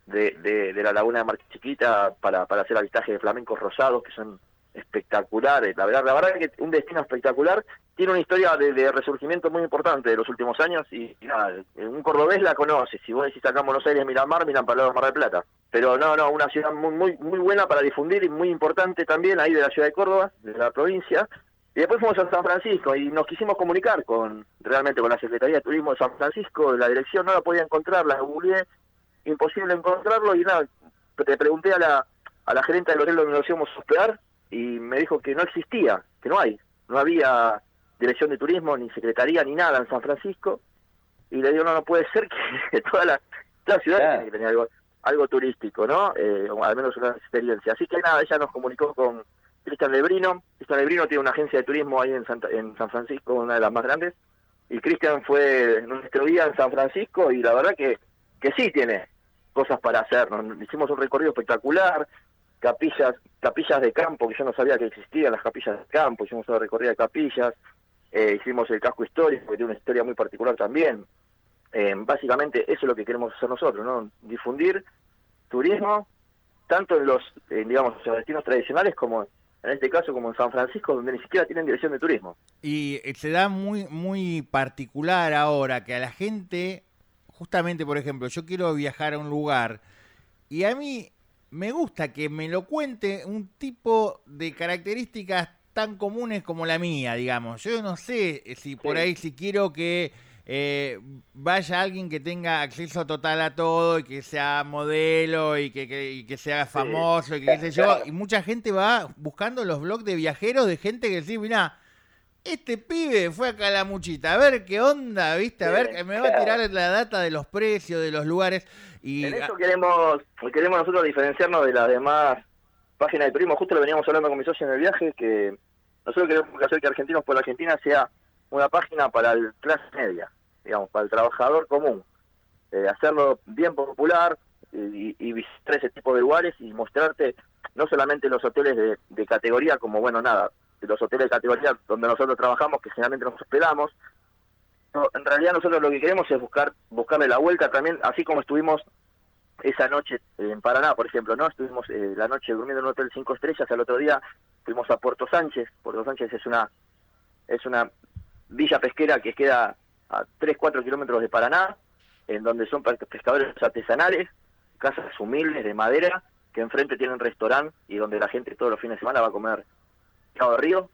de la laguna de Mar Chiquita para hacer avistaje de flamencos rosados, que son espectaculares. La verdad es que un destino espectacular, tiene una historia de resurgimiento muy importante de los últimos años, y nada, un cordobés la conoce. Si vos decís acá en Buenos Aires Miramar, miran para el lado de Mar del Plata. Pero no, una ciudad muy buena para difundir, y muy importante también ahí de la ciudad de Córdoba, de la provincia. Y después fuimos a San Francisco y nos quisimos comunicar realmente con la Secretaría de Turismo de San Francisco. La dirección no la podía encontrar, la googleé, imposible encontrarlo, y nada, te pregunté a la gerente del hotel donde nos íbamos a hospedar, y me dijo que no existía, que no había dirección de turismo, ni secretaría, ni nada en San Francisco. Y le digo, no puede ser que toda la ciudad tiene que tener algo turístico, ¿no? O al menos una experiencia. Así que nada, ella nos comunicó con Cristian Lebrino. Cristian Lebrino tiene una agencia de turismo ahí en San Francisco, una de las más grandes. Y Cristian fue nuestro guía en San Francisco, y la verdad que sí tiene cosas para hacer. Hicimos un recorrido espectacular, capillas de campo, que yo no sabía que existían las capillas de campo. Hicimos una recorrida de capillas, hicimos el casco histórico, que tiene una historia muy particular también. Básicamente eso es lo que queremos hacer nosotros, ¿no? Difundir turismo, tanto en los destinos tradicionales, como en este caso como en San Francisco, donde ni siquiera tienen dirección de turismo. Y se da muy particular ahora que a la gente, justamente, por ejemplo, yo quiero viajar a un lugar, y a mí me gusta que me lo cuente un tipo de características tan comunes como la mía, digamos. Yo no sé si por ahí, si quiero que vaya alguien que tenga acceso total a todo, y que sea modelo, y que sea famoso, y que qué sé yo. Y mucha gente va buscando los blogs de viajeros, de gente que dice, mirá, este pibe fue a Calamuchita, a ver qué onda, ¿viste? A ver, me va a tirar la data de los precios, de los lugares. Y en eso queremos nosotros diferenciarnos de las demás páginas de turismo. Justo lo veníamos hablando con mi socio en el viaje, que nosotros queremos hacer que Argentinos por la Argentina sea una página para el clase media, digamos, para el trabajador común. Hacerlo bien popular y visitar ese tipo de lugares y mostrarte no solamente los hoteles de categoría, como bueno, nada, de los hoteles de categoría donde nosotros trabajamos, que generalmente nos hospedamos. No, en realidad nosotros lo que queremos es buscarle la vuelta también, así como estuvimos esa noche en Paraná, por ejemplo, ¿no? Estuvimos la noche durmiendo en un hotel 5 estrellas, al otro día fuimos a Puerto Sánchez. Puerto Sánchez es una villa pesquera que queda a 3-4 kilómetros de Paraná, en donde son pescadores artesanales, casas humildes de madera, que enfrente tienen restaurante y donde la gente todos los fines de semana va a comer pescado de río.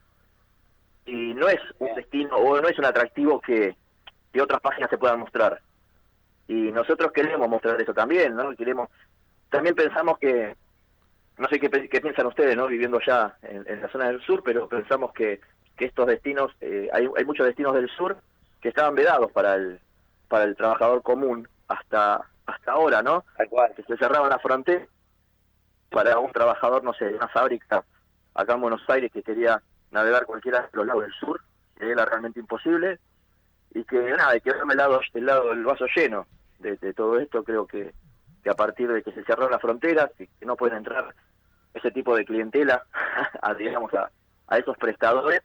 Y no es un destino o no es un atractivo que otras páginas se puedan mostrar. Y nosotros queremos mostrar eso también, ¿no? También pensamos que, no sé qué piensan ustedes, ¿no? Viviendo allá en la zona del sur, pero pensamos que estos destinos, hay muchos destinos del sur que estaban vedados para el trabajador común hasta ahora, ¿no? Que se cerraban las fronteras para un trabajador, no sé, de una fábrica acá en Buenos Aires que quería navegar cualquiera de los lados del sur, que era realmente imposible, y que nada, hay que verme el lado del vaso lleno de todo esto. Creo que a partir de que se cerraron las fronteras y que no pueden entrar ese tipo de clientela a esos prestadores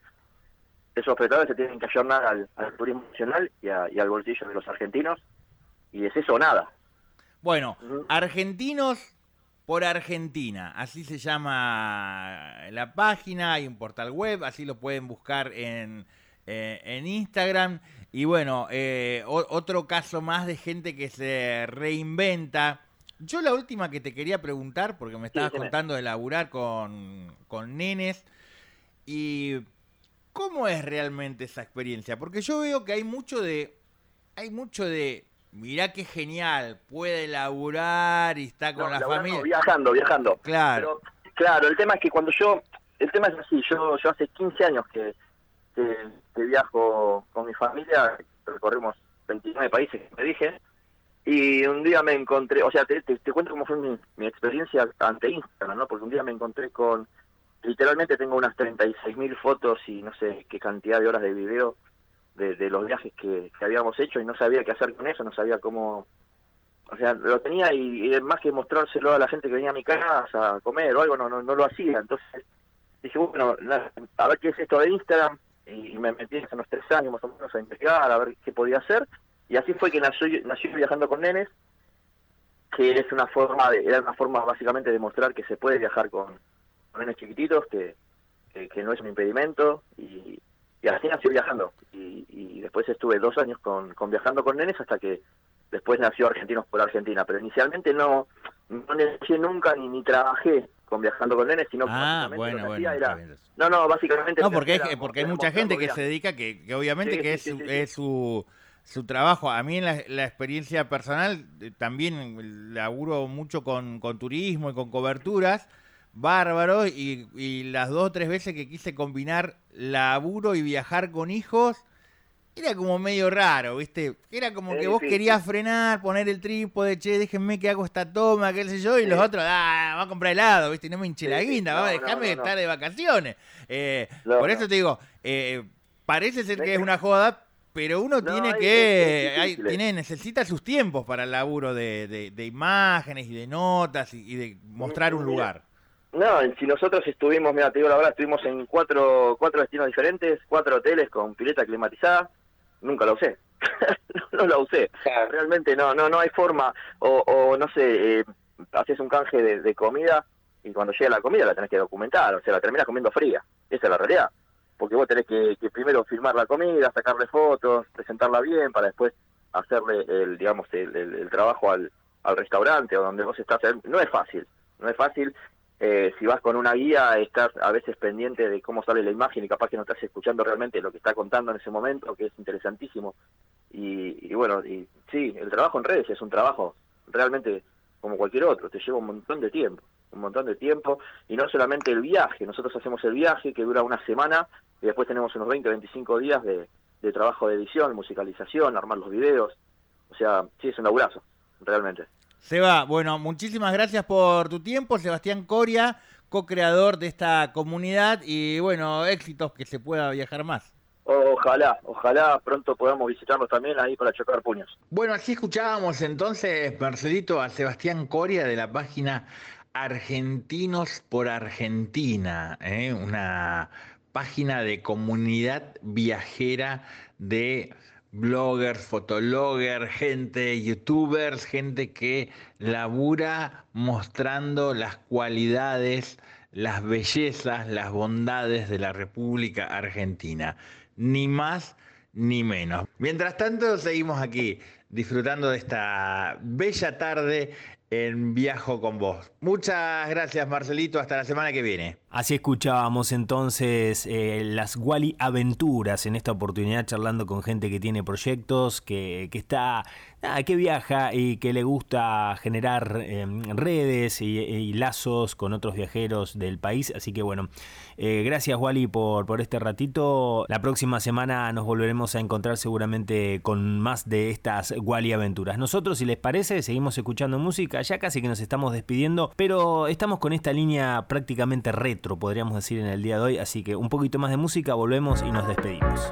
se tienen que ayornar al turismo nacional y al bolsillo de los argentinos, y es eso o nada. Bueno, Argentinos por Argentina, así se llama la página, hay un portal web, así lo pueden buscar en Instagram. Y bueno, otro caso más de gente que se reinventa. Yo la última que te quería preguntar, porque me estabas contando de laburar con nenes, y ¿cómo es realmente esa experiencia? Porque yo veo que hay mucho de mirá qué genial, puede laburar y está con la familia. Viajando. Claro. Pero, claro, el tema es que el tema es así, yo hace 15 años que viajo con mi familia, recorrimos 29 países, que me dije, y un día me encontré, o sea, te cuento cómo fue mi experiencia ante Instagram, ¿no? Porque un día me encontré literalmente tengo unas 36.000 fotos y no sé qué cantidad de horas de video de los viajes que habíamos hecho, y no sabía qué hacer con eso, no sabía cómo, o sea, lo tenía y más que mostrárselo a la gente que venía a mi casa a comer o algo, no lo hacía. Entonces dije, bueno, a ver qué es esto de Instagram, y me metí hace unos 3 años más o menos a investigar, a ver qué podía hacer, y así fue que nació Viajando con Nenes, que era una forma básicamente de mostrar que se puede viajar con nenes chiquititos, que no es un impedimento, y así nació Viajando, y después estuve 2 años con Viajando con Nenes, hasta que después nació Argentinos por Argentina, pero inicialmente no negocié nunca ni trabajé con Viajando con Nenes, sino que básicamente lo que hacía era... básicamente... No, porque hay mucha gente que se dedica, que obviamente es su trabajo. A mí en la experiencia personal también laburo mucho con turismo y con coberturas, bárbaro, y las 2 o 3 veces que quise combinar laburo y viajar con hijos, era como medio raro, ¿viste? Era como que vos querías frenar, poner el trípode, déjenme que hago esta toma, qué sé yo, y los otros, vamos a comprar helado, ¿viste? Y no me hinche la guinda, vamos a dejarme estar de vacaciones. Por eso te digo, parece ser que es una joda, pero uno necesita sus tiempos para el laburo de imágenes y de notas y de mostrar un lugar. No, si nosotros estuvimos, mira, te digo la verdad, estuvimos en 4 destinos diferentes, 4 hoteles con pileta climatizada, nunca la usé. No la usé. Realmente no hay forma, o no sé, haces un canje de comida y cuando llega la comida la tenés que documentar, o sea, la terminás comiendo fría. Esa es la realidad. Porque vos tenés que primero filmar la comida, sacarle fotos, presentarla bien, para después hacerle el trabajo al restaurante o donde vos estás. No es fácil. Si vas con una guía, estás a veces pendiente de cómo sale la imagen y capaz que no estás escuchando realmente lo que está contando en ese momento, que es interesantísimo. Y bueno, y sí, el trabajo en redes es un trabajo realmente como cualquier otro, te lleva un montón de tiempo, y no solamente el viaje, nosotros hacemos el viaje que dura una semana y después tenemos unos 20 o 25 días de trabajo de edición, musicalización, armar los videos, o sea, sí, es un laburazo, realmente. Seba, bueno, muchísimas gracias por tu tiempo, Sebastián Coria, co-creador de esta comunidad, y bueno, éxitos, que se pueda viajar más. Ojalá pronto podamos visitarlos también ahí para chocar puños. Bueno, así escuchábamos entonces, Marcelito, a Sebastián Coria de la página Argentinos por Argentina, una página de comunidad viajera de bloggers, fotologgers, gente, youtubers, gente que labura mostrando las cualidades, las bellezas, las bondades de la República Argentina. Ni más ni menos. Mientras tanto, seguimos aquí disfrutando de esta bella tarde en Viajo con Vos. Muchas gracias, Marcelito. Hasta la semana que viene. Así escuchábamos entonces las Wally Aventuras, en esta oportunidad charlando con gente que tiene proyectos, que está, que viaja y que le gusta generar redes y lazos con otros viajeros del país. Así que bueno, gracias Wally por este ratito. La próxima semana nos volveremos a encontrar seguramente con más de estas Wally Aventuras. Nosotros, si les parece, seguimos escuchando música. Ya casi que nos estamos despidiendo, pero estamos con esta línea prácticamente retro, podríamos decir, en el día de hoy, así que un poquito más de música, volvemos y nos despedimos.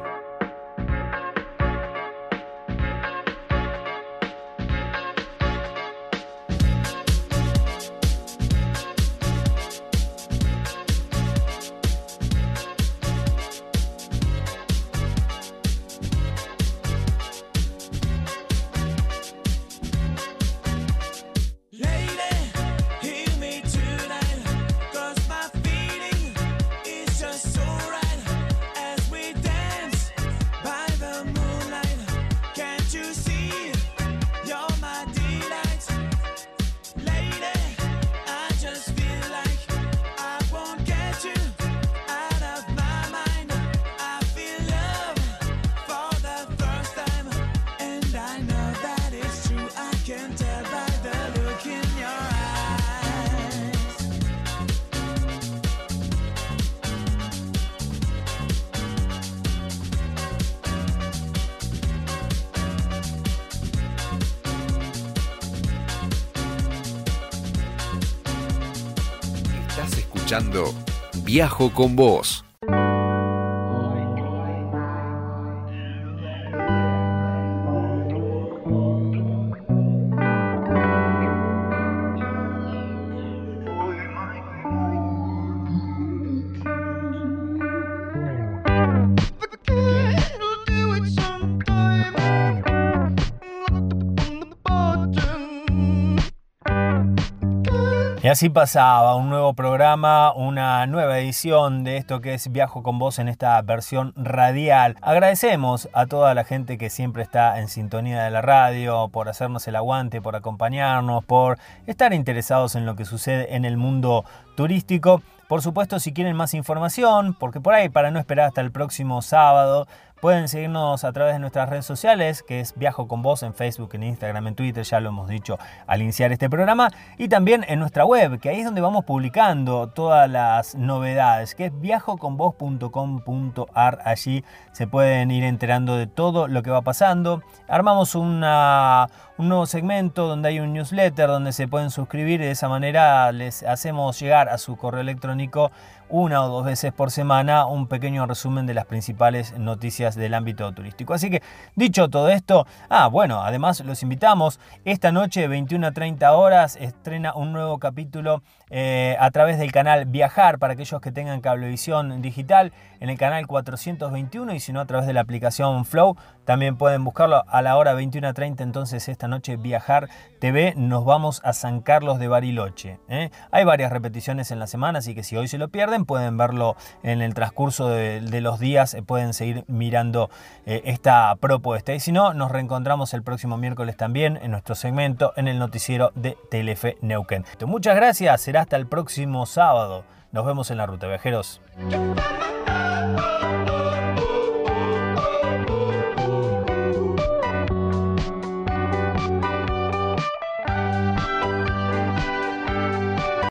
Escuchando Viajo con Vos. Y así pasaba un nuevo programa, una nueva edición de esto que es Viajo con Vos en esta versión radial. Agradecemos a toda la gente que siempre está en sintonía de la radio, por hacernos el aguante, por acompañarnos, por estar interesados en lo que sucede en el mundo turístico. Por supuesto, si quieren más información, porque por ahí, para no esperar hasta el próximo sábado, pueden seguirnos a través de nuestras redes sociales, que es Viajo con Vos en Facebook, en Instagram, en Twitter, ya lo hemos dicho al iniciar este programa, y también en nuestra web, que ahí es donde vamos publicando todas las novedades, que es viajoconvos.com.ar. Allí se pueden ir enterando de todo lo que va pasando. Armamos un nuevo segmento donde hay un newsletter donde se pueden suscribir y de esa manera les hacemos llegar a su correo electrónico 1 o 2 veces por semana un pequeño resumen de las principales noticias del ámbito turístico. Así que, dicho todo esto, bueno, además los invitamos, esta noche 21:30 horas estrena un nuevo capítulo a través del canal Viajar, para aquellos que tengan cablevisión digital, en el canal 421, y si no a través de la aplicación Flow, también pueden buscarlo a la hora 21:30. Entonces esta noche Viajar TV, nos vamos a San Carlos de Bariloche. Hay varias repeticiones en la semana, así que si hoy se lo pierden, pueden verlo en el transcurso de los días, pueden seguir mirando esta propuesta. Y si no, nos reencontramos el próximo miércoles también en nuestro segmento en el noticiero de Telefe Neuquén. Muchas gracias, será hasta el próximo sábado. Nos vemos en la ruta, viajeros.